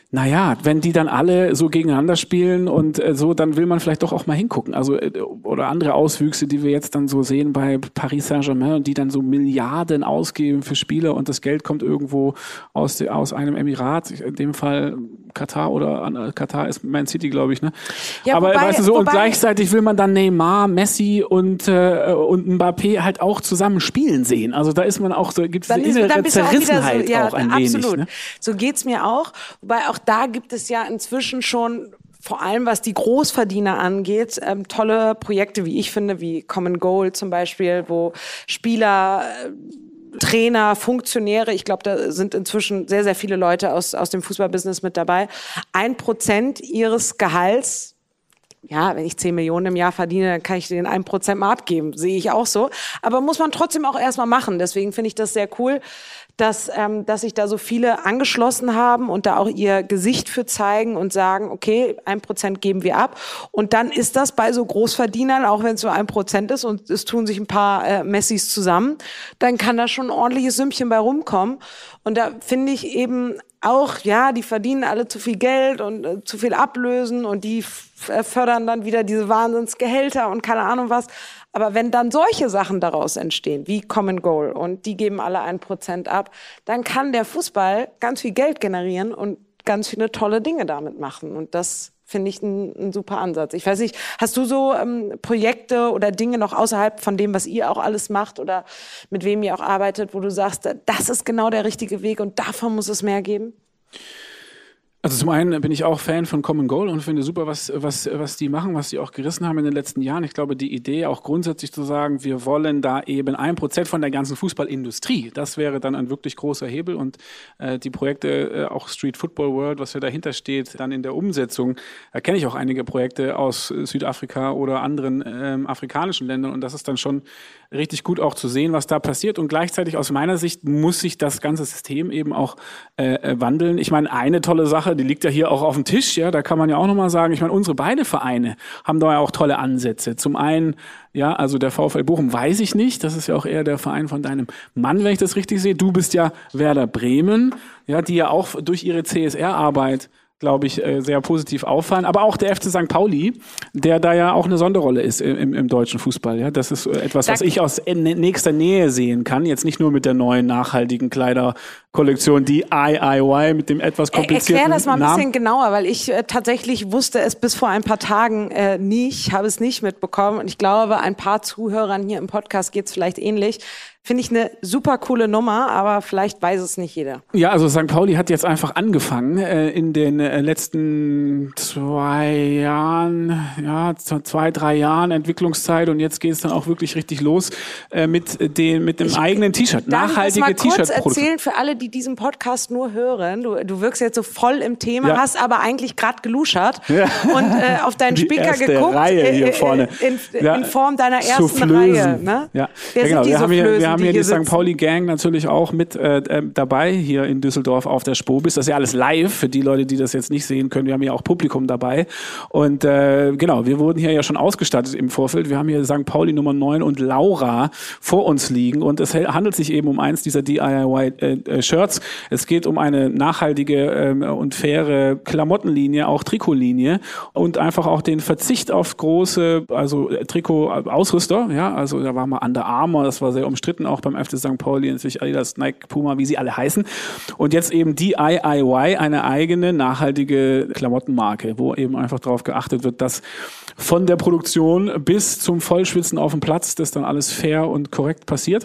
naja, wenn die dann alle so gegeneinander spielen und äh, so, dann will man vielleicht doch auch mal hingucken. Also äh, oder andere Auswüchse, die wir jetzt dann so sehen bei Paris Saint-Germain, die dann so Milliarden ausgeben für Spieler und das Geld kommt irgendwo aus, de, aus einem Emirat, in dem Fall Katar oder äh, Katar ist Man City, glaube ich. Ne? Ja, aber wobei, weißt du so, wobei, und gleichzeitig will man dann Neymar, Messi und, äh, und Mbappé halt auch zusammen spielen sehen. Also da ist man auch, so gibt es eine innere Zerrissenheit auch, so, ja, auch ein absolut. wenig. Ne? So geht's mir auch. Wobei auch da gibt es ja inzwischen schon, vor allem was die Großverdiener angeht, ähm, tolle Projekte, wie ich finde, wie Common Goal zum Beispiel, wo Spieler, äh, Trainer, Funktionäre, ich glaube, da sind inzwischen sehr, sehr viele Leute aus, aus dem Fußballbusiness mit dabei, ein Prozent ihres Gehalts, ja, wenn ich zehn Millionen im Jahr verdiene, dann kann ich den ein Prozent mal abgeben, sehe ich auch so. Aber muss man trotzdem auch erstmal machen. Deswegen finde ich das sehr cool, dass, ähm, dass sich da so viele angeschlossen haben und da auch ihr Gesicht für zeigen und sagen, okay, ein Prozent geben wir ab. Und dann ist das bei so Großverdienern, auch wenn es nur ein Prozent ist und es tun sich ein paar äh, Messis zusammen, dann kann da schon ein ordentliches Sümmchen bei rumkommen. Und da finde ich eben auch, ja, die verdienen alle zu viel Geld und äh, zu viel Ablösen und die f- fördern dann wieder diese Wahnsinnsgehälter und keine Ahnung was. Aber wenn dann solche Sachen daraus entstehen, wie Common Goal, und die geben alle ein Prozent ab, dann kann der Fußball ganz viel Geld generieren und ganz viele tolle Dinge damit machen. Und das finde ich ein, ein super Ansatz. Ich weiß nicht, hast du so ähm, Projekte oder Dinge noch außerhalb von dem, was ihr auch alles macht oder mit wem ihr auch arbeitet, wo du sagst, das ist genau der richtige Weg und davon muss es mehr geben? Also zum einen bin ich auch Fan von Common Goal und finde super, was, was, was die machen, was die auch gerissen haben in den letzten Jahren. Ich glaube, die Idee auch grundsätzlich zu sagen, wir wollen da eben ein Prozent von der ganzen Fußballindustrie, das wäre dann ein wirklich großer Hebel und äh, die Projekte, äh, auch Street Football World, was ja dahinter steht, dann in der Umsetzung, da kenne ich auch einige Projekte aus Südafrika oder anderen ähm, afrikanischen Ländern und das ist dann schon richtig gut auch zu sehen, was da passiert und gleichzeitig aus meiner Sicht muss sich das ganze System eben auch äh, wandeln. Ich meine, eine tolle Sache, die liegt ja hier auch auf dem Tisch, ja, da kann man ja auch nochmal sagen, ich meine, unsere beiden Vereine haben da ja auch tolle Ansätze. Zum einen, ja, also der VfL Bochum weiß ich nicht, das ist ja auch eher der Verein von deinem Mann, wenn ich das richtig sehe. Du bist ja Werder Bremen, ja, die ja auch durch ihre C S R-Arbeit glaube ich, sehr positiv auffallen. Aber auch der F C Sankt Pauli, der da ja auch eine Sonderrolle ist im, im deutschen Fußball. Ja, das ist etwas, was ich aus nächster Nähe sehen kann. Jetzt nicht nur mit der neuen nachhaltigen Kleiderkollektion, die I I Y mit dem etwas komplizierten Namen. Erklär das mal ein bisschen genauer, weil ich äh, tatsächlich wusste es bis vor ein paar Tagen äh, nicht, habe es nicht mitbekommen. Und ich glaube, ein paar Zuhörern hier im Podcast geht es vielleicht ähnlich. Finde ich eine super coole Nummer, aber vielleicht weiß es nicht jeder. Ja, also Sankt Pauli hat jetzt einfach angefangen äh, in den äh, letzten zwei Jahren, ja, zwei, drei Jahren Entwicklungszeit und jetzt geht es dann auch wirklich richtig los äh, mit, den, mit dem ich, eigenen T-Shirt, nachhaltige T-Shirt-Produkte. Darf ich das mal kurz erzählen für alle, die diesen Podcast nur hören? Du, du wirkst jetzt so voll im Thema, ja. Hast aber eigentlich gerade geluschert ja. und äh, auf deinen Speaker die geguckt. Reihe hier vorne. In, in, ja. in Form deiner ersten Reihe. Ne? Ja, Wer ja genau. sind die wir, haben hier, wir haben hier die, die Sankt Pauli Gang natürlich auch mit äh, dabei hier in Düsseldorf auf der Spobis. Das ist ja alles live für die Leute, die das jetzt nicht sehen können. Wir haben ja auch Publikum dabei. Und äh, genau, wir wurden hier ja schon ausgestattet im Vorfeld. Wir haben hier Sankt Pauli Nummer neun und Laura vor uns liegen. Und es handelt sich eben um eins dieser D I Y-Shirts. Es geht um eine nachhaltige ähm, und faire Klamottenlinie, auch Trikotlinie und einfach auch den Verzicht auf große, also Trikot-Ausrüster. Ja, also da war mal Under Armour, das war sehr umstritten, auch beim F C Sankt Pauli, inzwischen Adidas, Nike, Puma, wie sie alle heißen. Und jetzt eben D I Y, eine eigene nachhaltige Klamottenmarke, wo eben einfach darauf geachtet wird, dass von der Produktion bis zum Vollschwitzen auf dem Platz das dann alles fair und korrekt passiert.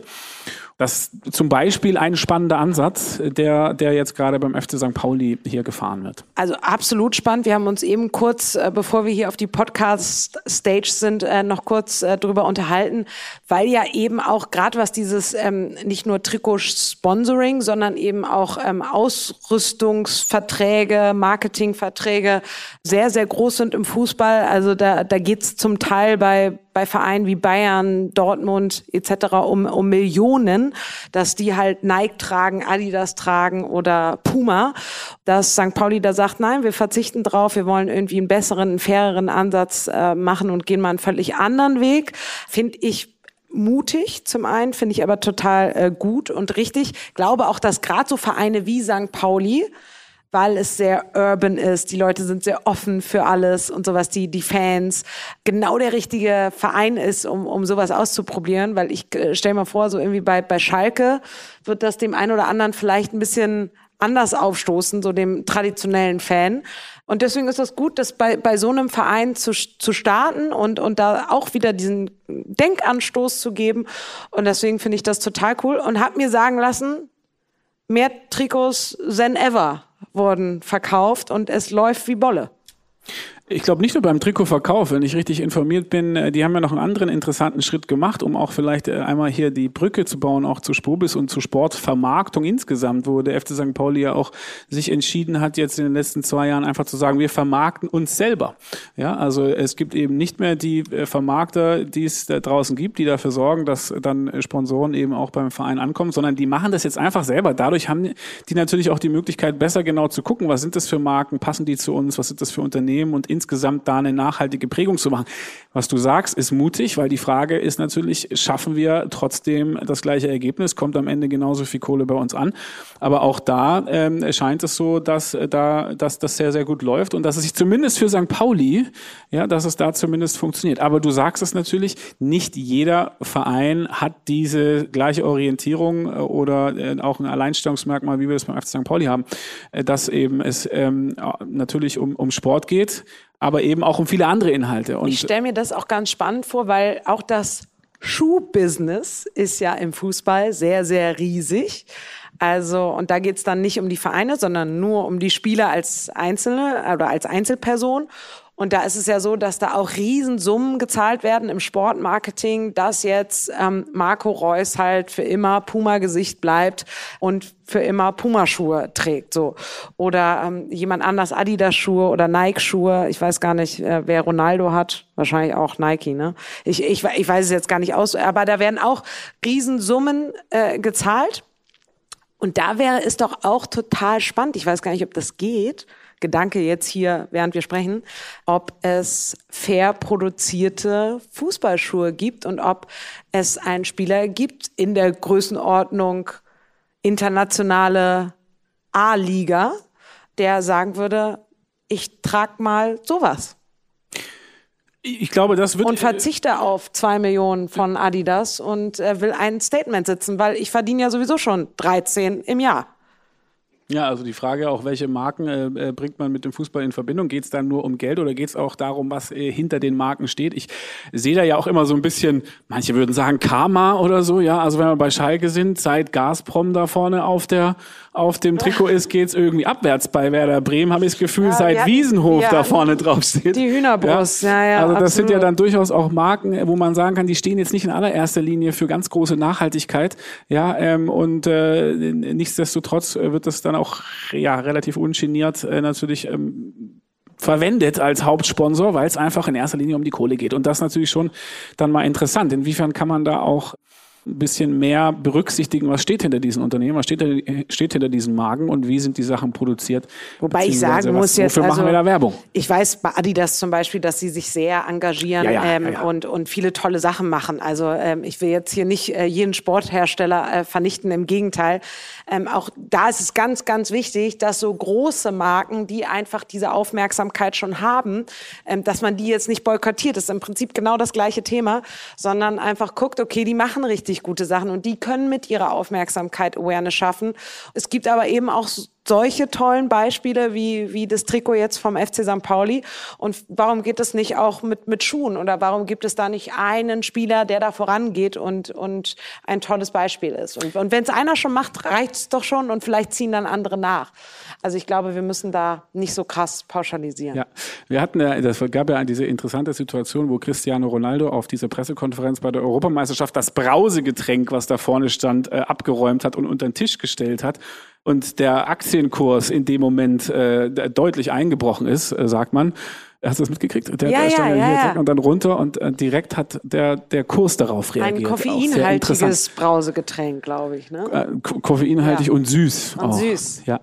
Das ist zum Beispiel ein spannender Ansatz, der, der jetzt gerade beim F C Sankt Pauli hier gefahren wird. Also absolut spannend. Wir haben uns eben kurz, bevor wir hier auf die Podcast-Stage sind, noch kurz drüber unterhalten, weil ja eben auch gerade was dieses ähm, nicht nur Trikot-Sponsoring, sondern eben auch ähm, Ausrüstungsverträge, Marketingverträge sehr, sehr groß sind im Fußball. Also da, da geht's zum Teil bei bei Vereinen wie Bayern, Dortmund et cetera um, um Millionen, dass die halt Nike tragen, Adidas tragen oder Puma, dass Sankt Pauli da sagt, nein, wir verzichten drauf, wir wollen irgendwie einen besseren, einen faireren Ansatz äh, machen und gehen mal einen völlig anderen Weg, finde ich mutig zum einen, finde ich aber total äh, gut und richtig. Glaube auch, dass gerade so Vereine wie Sankt Pauli, weil es sehr urban ist. Die Leute sind sehr offen für alles und sowas, die, die Fans. Genau der richtige Verein ist, um, um sowas auszuprobieren, weil ich äh, stell mir vor, so irgendwie bei, bei Schalke wird das dem einen oder anderen vielleicht ein bisschen anders aufstoßen, so dem traditionellen Fan. Und deswegen ist es gut, das bei, bei so einem Verein zu, zu starten und, und da auch wieder diesen Denkanstoß zu geben. Und deswegen finde ich das total cool und habe mir sagen lassen, mehr Trikots than ever wurden verkauft und es läuft wie Bolle. Ich glaube nicht nur beim Trikotverkauf, wenn ich richtig informiert bin, die haben ja noch einen anderen interessanten Schritt gemacht, um auch vielleicht einmal hier die Brücke zu bauen, auch zu Spobis und zu Sportvermarktung insgesamt, wo der F C Sankt Pauli ja auch sich entschieden hat, jetzt in den letzten zwei Jahren einfach zu sagen, wir vermarkten uns selber. Ja, also es gibt eben nicht mehr die Vermarkter, die es da draußen gibt, die dafür sorgen, dass dann Sponsoren eben auch beim Verein ankommen, sondern die machen das jetzt einfach selber. Dadurch haben die natürlich auch die Möglichkeit, besser genau zu gucken, was sind das für Marken, passen die zu uns, was sind das für Unternehmen und insgesamt da eine nachhaltige Prägung zu machen. Was du sagst, ist mutig, weil die Frage ist natürlich, schaffen wir trotzdem das gleiche Ergebnis, kommt am Ende genauso viel Kohle bei uns an. Aber auch da ähm, scheint es so, dass da dass das sehr, sehr gut läuft und dass es sich zumindest für Sankt Pauli, ja, dass es da zumindest funktioniert. Aber du sagst es natürlich, nicht jeder Verein hat diese gleiche Orientierung oder äh, auch ein Alleinstellungsmerkmal, wie wir das beim F C Sankt Pauli haben, äh, dass eben es ähm, natürlich um, um Sport geht, aber eben auch um viele andere Inhalte. Und ich stelle mir das auch ganz spannend vor, weil auch das Schuhbusiness ist ja im Fußball sehr, sehr riesig. Also, und da geht's dann nicht um die Vereine, sondern nur um die Spieler als Einzelne oder als Einzelperson. Und da ist es ja so, dass da auch Riesensummen gezahlt werden im Sportmarketing, dass jetzt ähm, Marco Reus halt für immer Puma-Gesicht bleibt und für immer Puma-Schuhe trägt. So. Oder ähm, jemand anders Adidas-Schuhe oder Nike-Schuhe. Ich weiß gar nicht, äh, wer Ronaldo hat. Wahrscheinlich auch Nike, ne? Ich, ich, ich weiß es jetzt gar nicht aus. Aber da werden auch Riesensummen äh, gezahlt. Und da wäre es doch auch total spannend. Ich weiß gar nicht, ob das geht. Gedanke jetzt hier, während wir sprechen, ob es fair produzierte Fußballschuhe gibt und ob es einen Spieler gibt in der Größenordnung internationale A-Liga, der sagen würde, ich trage mal sowas. Ich glaube, das wird... Und verzichte auf zwei Millionen von Adidas und äh, will ein Statement setzen, weil ich verdiene ja sowieso schon dreizehn im Jahr. Ja, also die Frage auch, welche Marken äh, bringt man mit dem Fußball in Verbindung? Geht es dann nur um Geld oder geht es auch darum, was äh, hinter den Marken steht? Ich sehe da ja auch immer so ein bisschen, manche würden sagen Karma oder so, ja. Also wenn wir bei Schalke sind, seit Gazprom da vorne auf der auf dem Trikot ist, geht's irgendwie abwärts. Bei Werder Bremen habe ich das Gefühl, ja, seit ja, Wiesenhof ja, da vorne drauf steht. Die Hühnerbrust, ja, ja, ja Also das absolut. sind ja dann durchaus auch Marken, wo man sagen kann, die stehen jetzt nicht in allererster Linie für ganz große Nachhaltigkeit, ja. Ähm, und äh, nichtsdestotrotz wird das dann auch ja relativ ungeniert äh, natürlich ähm, verwendet als Hauptsponsor, weil es einfach in erster Linie um die Kohle geht. Und das ist natürlich schon dann mal interessant. Inwiefern kann man da auch ein bisschen mehr berücksichtigen, was steht hinter diesen Unternehmen, was steht, steht hinter diesen Marken und wie sind die Sachen produziert. Wobei ich sagen was, muss jetzt, wofür machen also, wir da Werbung? Ich weiß bei Adidas zum Beispiel, dass sie sich sehr engagieren ja, ja, ähm, ja, ja. Und, und viele tolle Sachen machen. Also ähm, ich will jetzt hier nicht äh, jeden Sporthersteller äh, vernichten, im Gegenteil. Ähm, auch da ist es ganz, ganz wichtig, dass so große Marken, die einfach diese Aufmerksamkeit schon haben, ähm, dass man die jetzt nicht boykottiert. Das ist im Prinzip genau das gleiche Thema, sondern einfach guckt, okay, die machen richtig gute Sachen und die können mit ihrer Aufmerksamkeit Awareness schaffen. Es gibt aber eben auch solche tollen Beispiele wie wie das Trikot jetzt vom F C Sankt Pauli. Und warum geht es nicht auch mit mit Schuhen? Oder warum gibt es da nicht einen Spieler, der da vorangeht und und ein tolles Beispiel ist? Und, und wenn es einer schon macht, reicht's doch schon und vielleicht ziehen dann andere nach. Also ich glaube, wir müssen da nicht so krass pauschalisieren. Ja, wir hatten ja, das gab ja diese interessante Situation, wo Cristiano Ronaldo auf dieser Pressekonferenz bei der Europameisterschaft das Brausegetränk, was da vorne stand, äh, abgeräumt hat und unter den Tisch gestellt hat. Und der Aktienkurs in dem Moment äh, deutlich eingebrochen ist, äh, sagt man. Hast du das mitgekriegt? Der, ja, der ja, ja, hier, ja. Und dann runter und äh, direkt hat der, der Kurs darauf reagiert. Ein koffeinhaltiges Brausegetränk, glaube ich. Ne? Äh, ko- koffeinhaltig ja. und süß. Und auch. süß. Ja.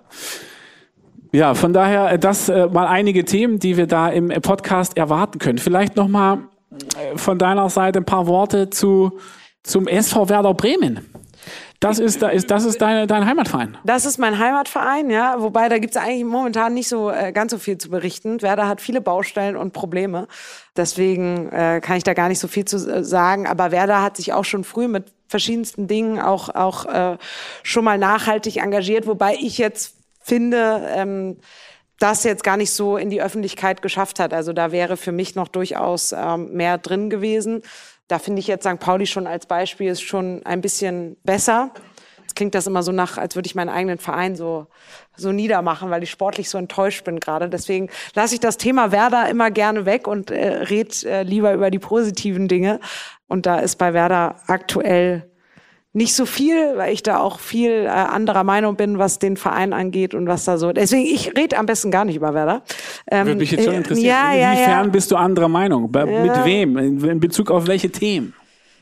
Ja, von daher, das äh, mal einige Themen, die wir da im Podcast erwarten können. Vielleicht noch mal äh, von deiner Seite ein paar Worte zu zum S V Werder Bremen. Das ist, da ist, das ist deine, dein Heimatverein. Das ist mein Heimatverein, ja. Wobei, da gibt's eigentlich momentan nicht so äh, ganz so viel zu berichten. Werder hat viele Baustellen und Probleme. Deswegen äh, kann ich da gar nicht so viel zu äh, sagen. Aber Werder hat sich auch schon früh mit verschiedensten Dingen auch, auch äh, schon mal nachhaltig engagiert. Wobei ich jetzt finde, ähm, das jetzt gar nicht so in die Öffentlichkeit geschafft hat. Also da wäre für mich noch durchaus ähm, mehr drin gewesen. Da finde ich jetzt Sankt Pauli schon als Beispiel ist schon ein bisschen besser. Jetzt klingt das immer so nach, als würde ich meinen eigenen Verein so, so niedermachen, weil ich sportlich so enttäuscht bin gerade. Deswegen lasse ich das Thema Werder immer gerne weg und äh, red äh, lieber über die positiven Dinge. Und da ist bei Werder aktuell nicht so viel, weil ich da auch viel äh, anderer Meinung bin, was den Verein angeht und was da so. Deswegen, ich rede am besten gar nicht über Werder. Ähm, Würde mich jetzt schon interessieren. Ja, Inwiefern ja, ja. bist du anderer Meinung? Bei, Ja. Mit wem? In, in Bezug auf welche Themen?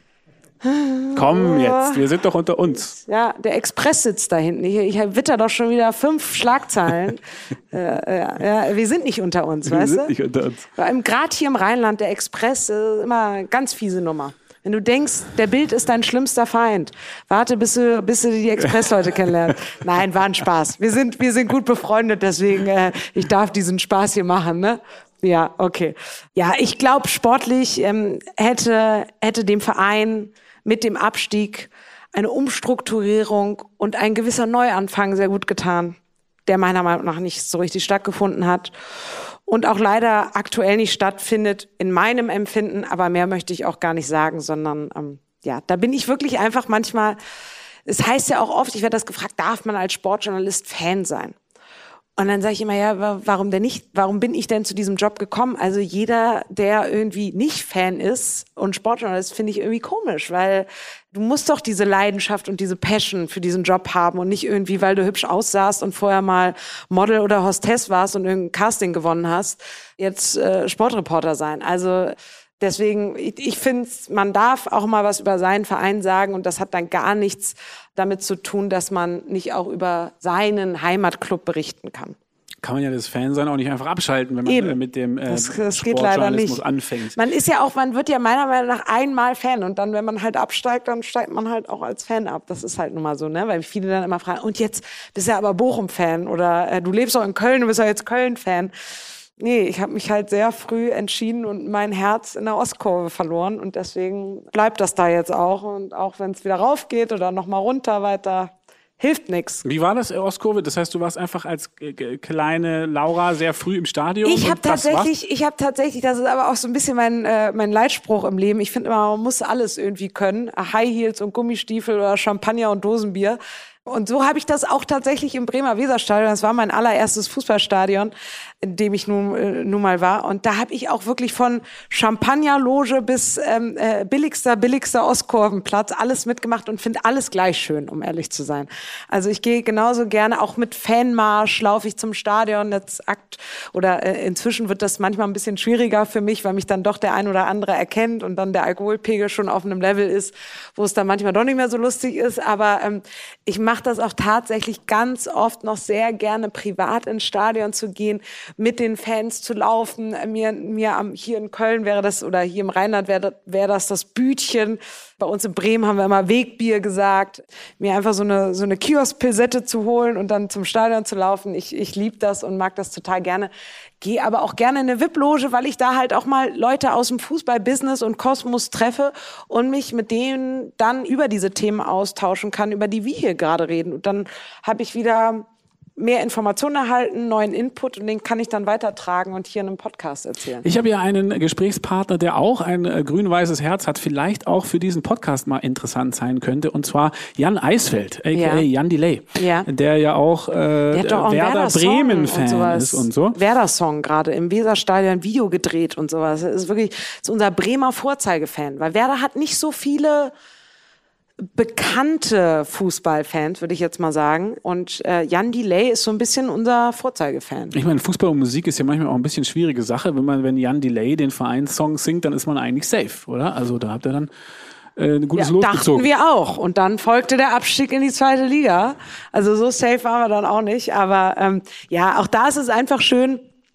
Komm jetzt, wir sind doch unter uns. Ja, der Express sitzt da hinten. Ich, ich witter doch schon wieder fünf Schlagzeilen. äh, ja, ja, wir sind nicht unter uns, Wir weißt sind du? nicht unter uns. Gerade hier im Rheinland, der Express ist immer eine ganz fiese Nummer. Wenn du denkst, der Bild ist dein schlimmster Feind, warte, bis du, bis du die Express-Leute kennenlernst. Nein, war ein Spaß. Wir sind, wir sind gut befreundet, deswegen, äh, ich darf diesen Spaß hier machen, ne? Ja, okay. Ja, ich glaube, sportlich ähm, hätte, hätte dem Verein mit dem Abstieg eine Umstrukturierung und ein gewisser Neuanfang sehr gut getan, der meiner Meinung nach nicht so richtig stattgefunden hat. Und auch leider aktuell nicht stattfindet, in meinem Empfinden, aber mehr möchte ich auch gar nicht sagen, sondern ähm, ja, da bin ich wirklich einfach manchmal, es heißt ja auch oft, ich werde das gefragt, darf man als Sportjournalist Fan sein? Und dann sage ich immer, ja, warum denn nicht? Warum bin ich denn zu diesem Job gekommen? Also jeder, der irgendwie nicht Fan ist und Sportjournalist, finde ich irgendwie komisch, weil du musst doch diese Leidenschaft und diese Passion für diesen Job haben und nicht irgendwie, weil du hübsch aussahst und vorher mal Model oder Hostess warst und irgendein Casting gewonnen hast, jetzt äh, Sportreporter sein. Also deswegen, ich, ich finde, man darf auch mal was über seinen Verein sagen und das hat dann gar nichts damit zu tun, dass man nicht auch über seinen Heimatclub berichten kann. Kann man ja das Fansein auch nicht einfach abschalten, wenn man Eben. äh, mit dem äh, Das, das geht leider Sportjournalismus nicht. anfängt. Man ist ja auch, man wird ja meiner Meinung nach einmal Fan und dann, wenn man halt absteigt, dann steigt man halt auch als Fan ab. Das ist halt nun mal so, ne? Weil viele dann immer fragen, und jetzt bist du ja aber Bochum-Fan oder äh, du lebst auch in Köln, du bist ja jetzt Köln-Fan. Nee, ich habe mich halt sehr früh entschieden und mein Herz in der Ostkurve verloren und deswegen bleibt das da jetzt auch. Und auch wenn es wieder rauf geht oder nochmal runter weiter, hilft nichts. Wie war das, Ostkurve? Das heißt, du warst einfach als äh, kleine Laura sehr früh im Stadion? Ich habe und das war's? tatsächlich, ich habe tatsächlich, das ist aber auch so ein bisschen mein äh, mein Leitspruch im Leben. Ich finde immer, man muss alles irgendwie können. High Heels und Gummistiefel oder Champagner und Dosenbier. Und so habe ich das auch tatsächlich im Bremer Weserstadion. Das war mein allererstes Fußballstadion, in dem ich nun, äh, nun mal war. Und da habe ich auch wirklich von Champagnerloge bis ähm, äh, billigster, billigster Ostkurvenplatz alles mitgemacht und finde alles gleich schön, um ehrlich zu sein. Also ich gehe genauso gerne, auch mit Fanmarsch laufe ich zum Stadion. Jetzt akt oder äh, inzwischen wird das manchmal ein bisschen schwieriger für mich, weil mich dann doch der ein oder andere erkennt und dann der Alkoholpegel schon auf einem Level ist, wo es dann manchmal doch nicht mehr so lustig ist. Aber ähm, ich mache das auch tatsächlich ganz oft noch sehr gerne, privat ins Stadion zu gehen, mit den Fans zu laufen. Mir, mir am, hier in Köln wäre das, oder hier im Rheinland wäre wäre das das Bütchen. Bei uns in Bremen haben wir immer Wegbier gesagt. Mir einfach so eine, so eine Kiosk-Pilsette zu holen und dann zum Stadion zu laufen. Ich, ich liebe das und mag das total gerne. Gehe aber auch gerne in eine V I P-Loge, weil ich da halt auch mal Leute aus dem Fußball-Business und Kosmos treffe und mich mit denen dann über diese Themen austauschen kann, über die wir hier gerade reden. Und dann habe ich wieder mehr Informationen erhalten, neuen Input und den kann ich dann weitertragen und hier in einem Podcast erzählen. Ich habe ja einen Gesprächspartner, der auch ein äh, grün-weißes Herz hat, vielleicht auch für diesen Podcast mal interessant sein könnte, und zwar Jan Eisfeld, aka Ja. Jan Delay, Ja. der ja auch, äh, Der hat doch auch einen Werder Werder-Song Bremen-Fan und sowas. ist und so. Werder-Song gerade im Weserstadion Video gedreht und sowas. Das ist wirklich das ist unser Bremer Vorzeigefan, weil Werder hat nicht so viele bekannte Fußballfans, würde ich jetzt mal sagen. Und äh, Jan Delay ist so ein bisschen unser Vorzeigefan. Ich meine, Fußball und Musik ist ja manchmal auch ein bisschen schwierige Sache. Wenn man, wenn Jan Delay den Vereinssong singt, dann ist man eigentlich safe, oder? Also da habt ihr dann äh, ein gutes Ja, Los dachten gezogen. wir auch. Und dann folgte der Abstieg in die zweite Liga. Also so safe waren wir dann auch nicht. Aber ähm, ja, auch da ist es einfach schön,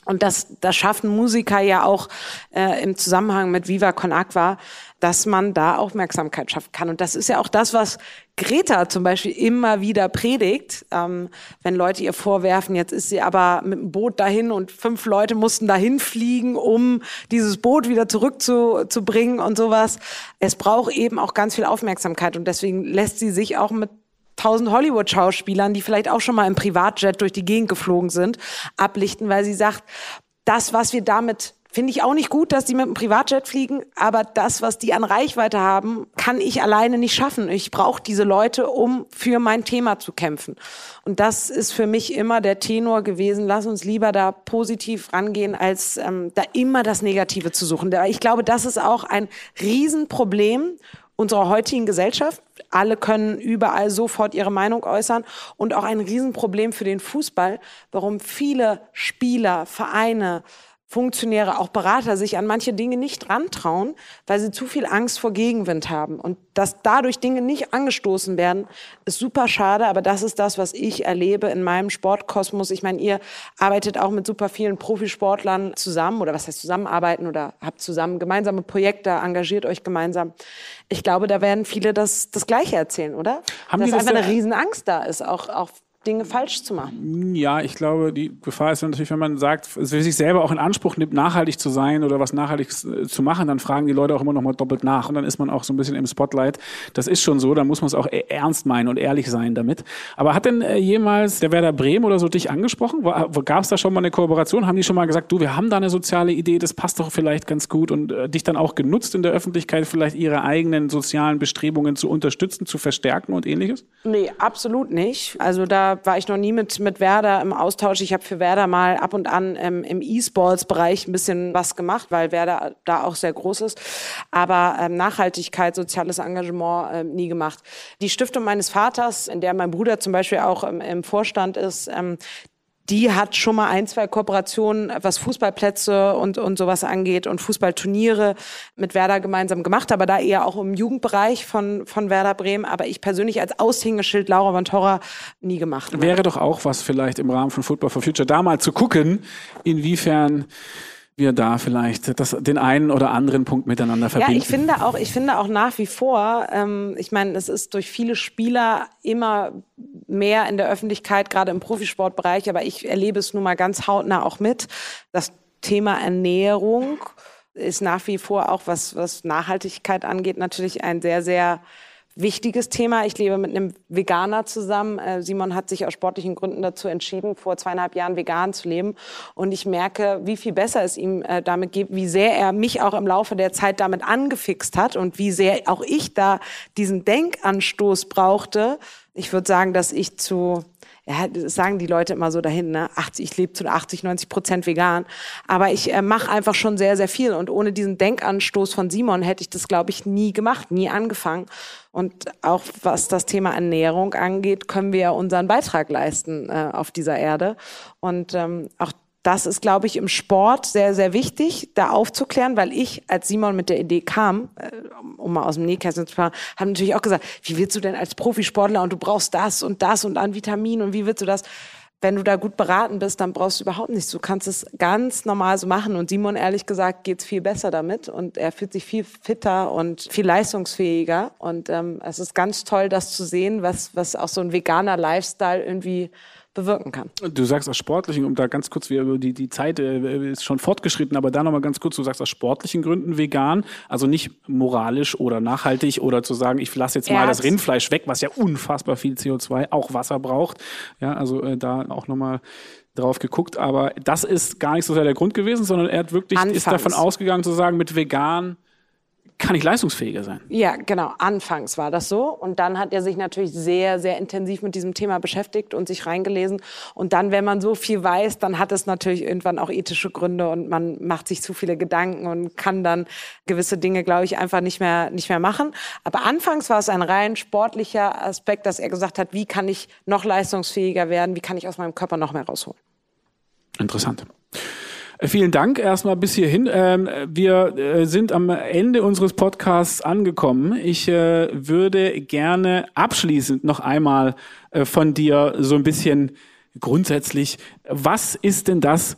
Und das, das schaffen Musiker ja auch äh, im Zusammenhang mit Viva Con Agua, dass man da Aufmerksamkeit schaffen kann. Und das ist ja auch das, was Greta zum Beispiel immer wieder predigt, ähm, wenn Leute ihr vorwerfen, jetzt ist sie aber mit dem Boot dahin und fünf Leute mussten dahin fliegen, um dieses Boot wieder zurückzubringen und sowas. Es braucht eben auch ganz viel Aufmerksamkeit und deswegen lässt sie sich auch mit tausend Hollywood-Schauspielern, die vielleicht auch schon mal im Privatjet durch die Gegend geflogen sind, ablichten, weil sie sagt, das, was wir damit, finde ich auch nicht gut, dass die mit dem Privatjet fliegen, aber das, was die an Reichweite haben, kann ich alleine nicht schaffen. Ich brauche diese Leute, um für mein Thema zu kämpfen. Und das ist für mich immer der Tenor gewesen, lass uns lieber da positiv rangehen, als ähm, da immer das Negative zu suchen. Ich glaube, das ist auch ein Riesenproblem unserer heutigen Gesellschaft. Alle können überall sofort ihre Meinung äußern und auch ein Riesenproblem für den Fußball, warum viele Spieler, Vereine, Funktionäre, auch Berater sich an manche Dinge nicht rantrauen, weil sie zu viel Angst vor Gegenwind haben. Und dass dadurch Dinge nicht angestoßen werden, ist super schade, aber das ist das, was ich erlebe in meinem Sportkosmos. Ich meine, ihr arbeitet auch mit super vielen Profisportlern zusammen oder was heißt zusammenarbeiten oder habt zusammen gemeinsame Projekte, engagiert euch gemeinsam. Ich glaube, da werden viele das, das Gleiche erzählen, oder? Haben Dass die das einfach da- eine Riesenangst da ist, auch, auch Dinge falsch zu machen. Ja, ich glaube, die Gefahr ist natürlich, wenn man sagt, für sich selber auch in Anspruch nimmt, nachhaltig zu sein oder was Nachhaltiges äh, zu machen, dann fragen die Leute auch immer noch mal doppelt nach und dann ist man auch so ein bisschen im Spotlight. Das ist schon so, da muss man es auch e- ernst meinen und ehrlich sein damit. Aber hat denn äh, jemals der Werder Bremen oder so dich angesprochen? Gab es da schon mal eine Kooperation? Haben die schon mal gesagt, du, wir haben da eine soziale Idee, das passt doch vielleicht ganz gut und äh, dich dann auch genutzt in der Öffentlichkeit, vielleicht ihre eigenen sozialen Bestrebungen zu unterstützen, zu verstärken und ähnliches? Nee, absolut nicht. Also da war ich noch nie mit, mit Werder im Austausch. Ich habe für Werder mal ab und an ähm, im E-Sports-Bereich ein bisschen was gemacht, weil Werder da auch sehr groß ist. Aber ähm, Nachhaltigkeit, soziales Engagement ähm, nie gemacht. Die Stiftung meines Vaters, in der mein Bruder zum Beispiel auch ähm, im Vorstand ist, ähm, die hat schon mal ein, zwei Kooperationen, was Fußballplätze und, und sowas angeht und Fußballturniere mit Werder gemeinsam gemacht, aber da eher auch im Jugendbereich von, von Werder Bremen. Aber ich persönlich als Aushängeschild Laura von Torra nie gemacht. Wäre doch auch was vielleicht im Rahmen von Football for Future, da mal zu gucken, inwiefern wir da vielleicht das, den einen oder anderen Punkt miteinander verbinden. Ja, ich finde auch, ich finde auch nach wie vor, ähm, ich meine, es ist durch viele Spieler immer mehr in der Öffentlichkeit, gerade im Profisportbereich, aber ich erlebe es nun mal ganz hautnah auch mit. Das Thema Ernährung ist nach wie vor auch, was, was Nachhaltigkeit angeht, natürlich ein sehr, sehr wichtiges Thema. Ich lebe mit einem Veganer zusammen. Simon hat sich aus sportlichen Gründen dazu entschieden, vor zweieinhalb Jahren vegan zu leben. Und ich merke, wie viel besser es ihm damit geht, wie sehr er mich auch im Laufe der Zeit damit angefixt hat und wie sehr auch ich da diesen Denkanstoß brauchte. Ich würde sagen, dass ich zu... Ja, das sagen die Leute immer so dahin, ne? achtzig, ich lebe zu achtzig, neunzig Prozent vegan. Aber ich äh, mache einfach schon sehr, sehr viel. Und ohne diesen Denkanstoß von Simon hätte ich das, glaube ich, nie gemacht, nie angefangen. Und auch was das Thema Ernährung angeht, können wir ja unseren Beitrag leisten äh, auf dieser Erde. Und ähm, auch das ist, glaube ich, im Sport sehr, sehr wichtig, da aufzuklären, weil ich, als Simon mit der Idee kam, um mal aus dem Nähkästchen zu fahren, habe natürlich auch gesagt, wie willst du denn als Profisportler und du brauchst das und das und an Vitaminen und wie willst du das? Wenn du da gut beraten bist, dann brauchst du überhaupt nichts. Du kannst es ganz normal so machen. Und Simon, ehrlich gesagt, geht's viel besser damit. Und er fühlt sich viel fitter und viel leistungsfähiger. Und ähm, es ist ganz toll, das zu sehen, was, was auch so ein veganer Lifestyle irgendwie bewirken kann. Du sagst aus sportlichen, um da ganz kurz, wir, die, die Zeit äh, ist schon fortgeschritten, aber da nochmal ganz kurz, du sagst aus sportlichen Gründen vegan, also nicht moralisch oder nachhaltig oder zu sagen, ich lasse jetzt mal Er das hat- Rindfleisch weg, was ja unfassbar viel C O zwei, auch Wasser braucht. Ja, also äh, da auch nochmal drauf geguckt, aber das ist gar nicht so sehr der Grund gewesen, sondern er hat wirklich, ist Anfangs. davon ausgegangen zu sagen, mit vegan kann ich leistungsfähiger sein. Ja, genau. Anfangs war das so. Und dann hat er sich natürlich sehr, sehr intensiv mit diesem Thema beschäftigt und sich reingelesen. Und dann, wenn man so viel weiß, dann hat es natürlich irgendwann auch ethische Gründe und man macht sich zu viele Gedanken und kann dann gewisse Dinge, glaube ich, einfach nicht mehr, nicht mehr machen. Aber anfangs war es ein rein sportlicher Aspekt, dass er gesagt hat, wie kann ich noch leistungsfähiger werden? Wie kann ich aus meinem Körper noch mehr rausholen? Interessant. Vielen Dank erstmal bis hierhin. Ähm, wir äh, sind am Ende unseres Podcasts angekommen. Ich äh, würde gerne abschließend noch einmal äh, von dir so ein bisschen grundsätzlich, was ist denn das,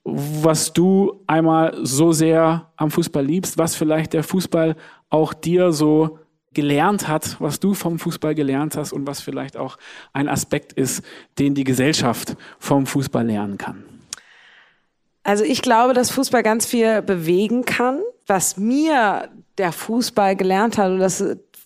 was du einmal so sehr am Fußball liebst, was vielleicht der Fußball auch dir so gelernt hat, was du vom Fußball gelernt hast und was vielleicht auch ein Aspekt ist, den die Gesellschaft vom Fußball lernen kann. Also ich glaube, dass Fußball ganz viel bewegen kann. Was mir der Fußball gelernt hat, und das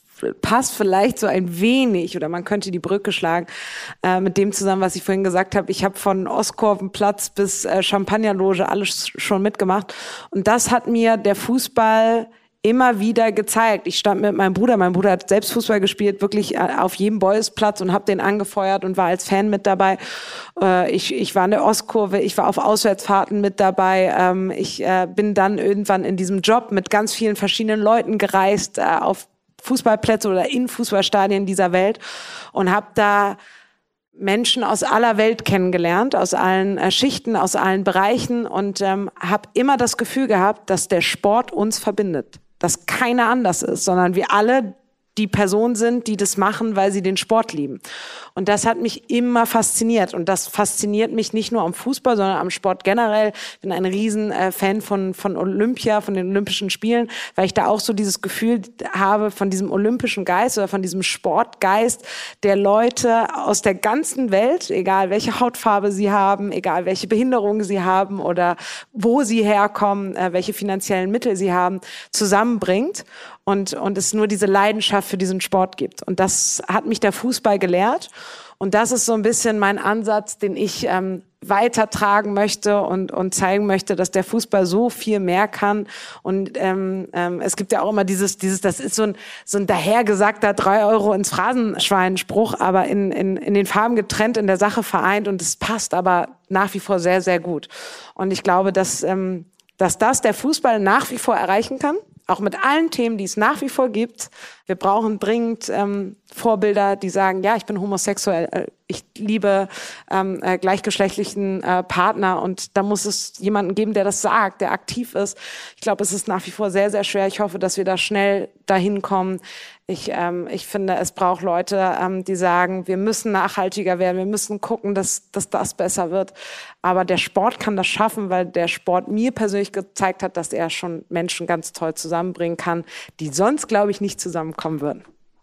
passt vielleicht so ein wenig, oder man könnte die Brücke schlagen, äh, mit dem zusammen, was ich vorhin gesagt habe. Ich habe von Ostkurvenplatz bis äh, Champagnerloge alles schon mitgemacht. Und das hat mir der Fußball immer wieder gezeigt. Ich stand mit meinem Bruder, mein Bruder hat selbst Fußball gespielt, wirklich auf jedem Bolzplatz und habe den angefeuert und war als Fan mit dabei. Äh, ich, ich war in der Ostkurve, ich war auf Auswärtsfahrten mit dabei. Ähm, ich äh, bin dann irgendwann in diesem Job mit ganz vielen verschiedenen Leuten gereist, äh, auf Fußballplätze oder in Fußballstadien dieser Welt und habe da Menschen aus aller Welt kennengelernt, aus allen äh, Schichten, aus allen Bereichen und ähm, habe immer das Gefühl gehabt, dass der Sport uns verbindet, dass keiner anders ist, sondern wir alle die Personen sind, die das machen, weil sie den Sport lieben. Und das hat mich immer fasziniert. Und das fasziniert mich nicht nur am Fußball, sondern am Sport generell. Ich bin ein riesen äh, Fan von, von Olympia, von den Olympischen Spielen, weil ich da auch so dieses Gefühl habe von diesem olympischen Geist oder von diesem Sportgeist der Leute aus der ganzen Welt, egal welche Hautfarbe sie haben, egal welche Behinderung sie haben oder wo sie herkommen, äh, welche finanziellen Mittel sie haben, zusammenbringt. Und, und es nur diese Leidenschaft für diesen Sport gibt. Und das hat mich der Fußball gelehrt. Und das ist so ein bisschen mein Ansatz, den ich ähm, weitertragen möchte und, und zeigen möchte, dass der Fußball so viel mehr kann. Und ähm, ähm, es gibt ja auch immer dieses, dieses, das ist so ein, so ein dahergesagter drei Euro ins Phrasenschwein-Spruch, aber in, in, in den Farben getrennt, in der Sache vereint. Und es passt aber nach wie vor sehr, sehr gut. Und ich glaube, dass, ähm, dass das der Fußball nach wie vor erreichen kann. Auch mit allen Themen, die es nach wie vor gibt. Wir brauchen dringend ähm, Vorbilder, die sagen, ja, ich bin homosexuell, ich liebe ähm, äh, gleichgeschlechtlichen äh, Partner und da muss es jemanden geben, der das sagt, der aktiv ist. Ich glaube, es ist nach wie vor sehr, sehr schwer. Ich hoffe, dass wir da schnell dahin kommen. Ich, ähm, ich finde, es braucht Leute, ähm, die sagen, wir müssen nachhaltiger werden, wir müssen gucken, dass, dass das besser wird. Aber der Sport kann das schaffen, weil der Sport mir persönlich gezeigt hat, dass er schon Menschen ganz toll zusammenbringen kann, die sonst, glaube ich, nicht zusammenkommen würden.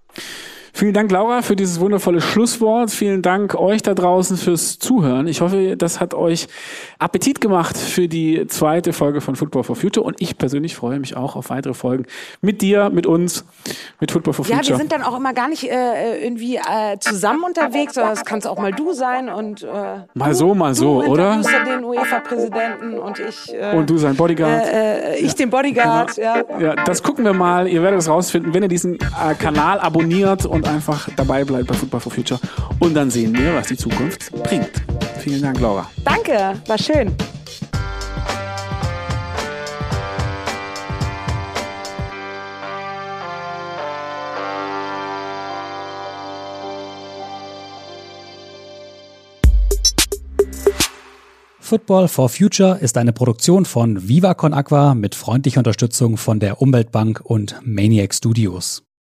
Vielen Dank, Laura, für dieses wundervolle Schlusswort. Vielen Dank euch da draußen fürs Zuhören. Ich hoffe, das hat euch Appetit gemacht für die zweite Folge von Football for Future. Und ich persönlich freue mich auch auf weitere Folgen mit dir, mit uns, mit Football for Future. Ja, wir sind dann auch immer gar nicht äh, irgendwie äh, zusammen unterwegs, sondern es kann auch mal du sein und äh, mal so, mal so, du oder? Du den UEFA-Präsidenten und ich äh, und du sein Bodyguard. Äh, äh, ich ja. den Bodyguard, genau. ja. Ja, das gucken wir mal. Ihr werdet es rausfinden, wenn ihr diesen äh, Kanal abonniert und einfach dabei bleibt bei Football for Future. Und dann sehen wir, was die Zukunft bringt. Vielen Dank, Laura. Danke, war schön. Football for Future ist eine Produktion von Viva Con Agua mit freundlicher Unterstützung von der Umweltbank und Maniac Studios.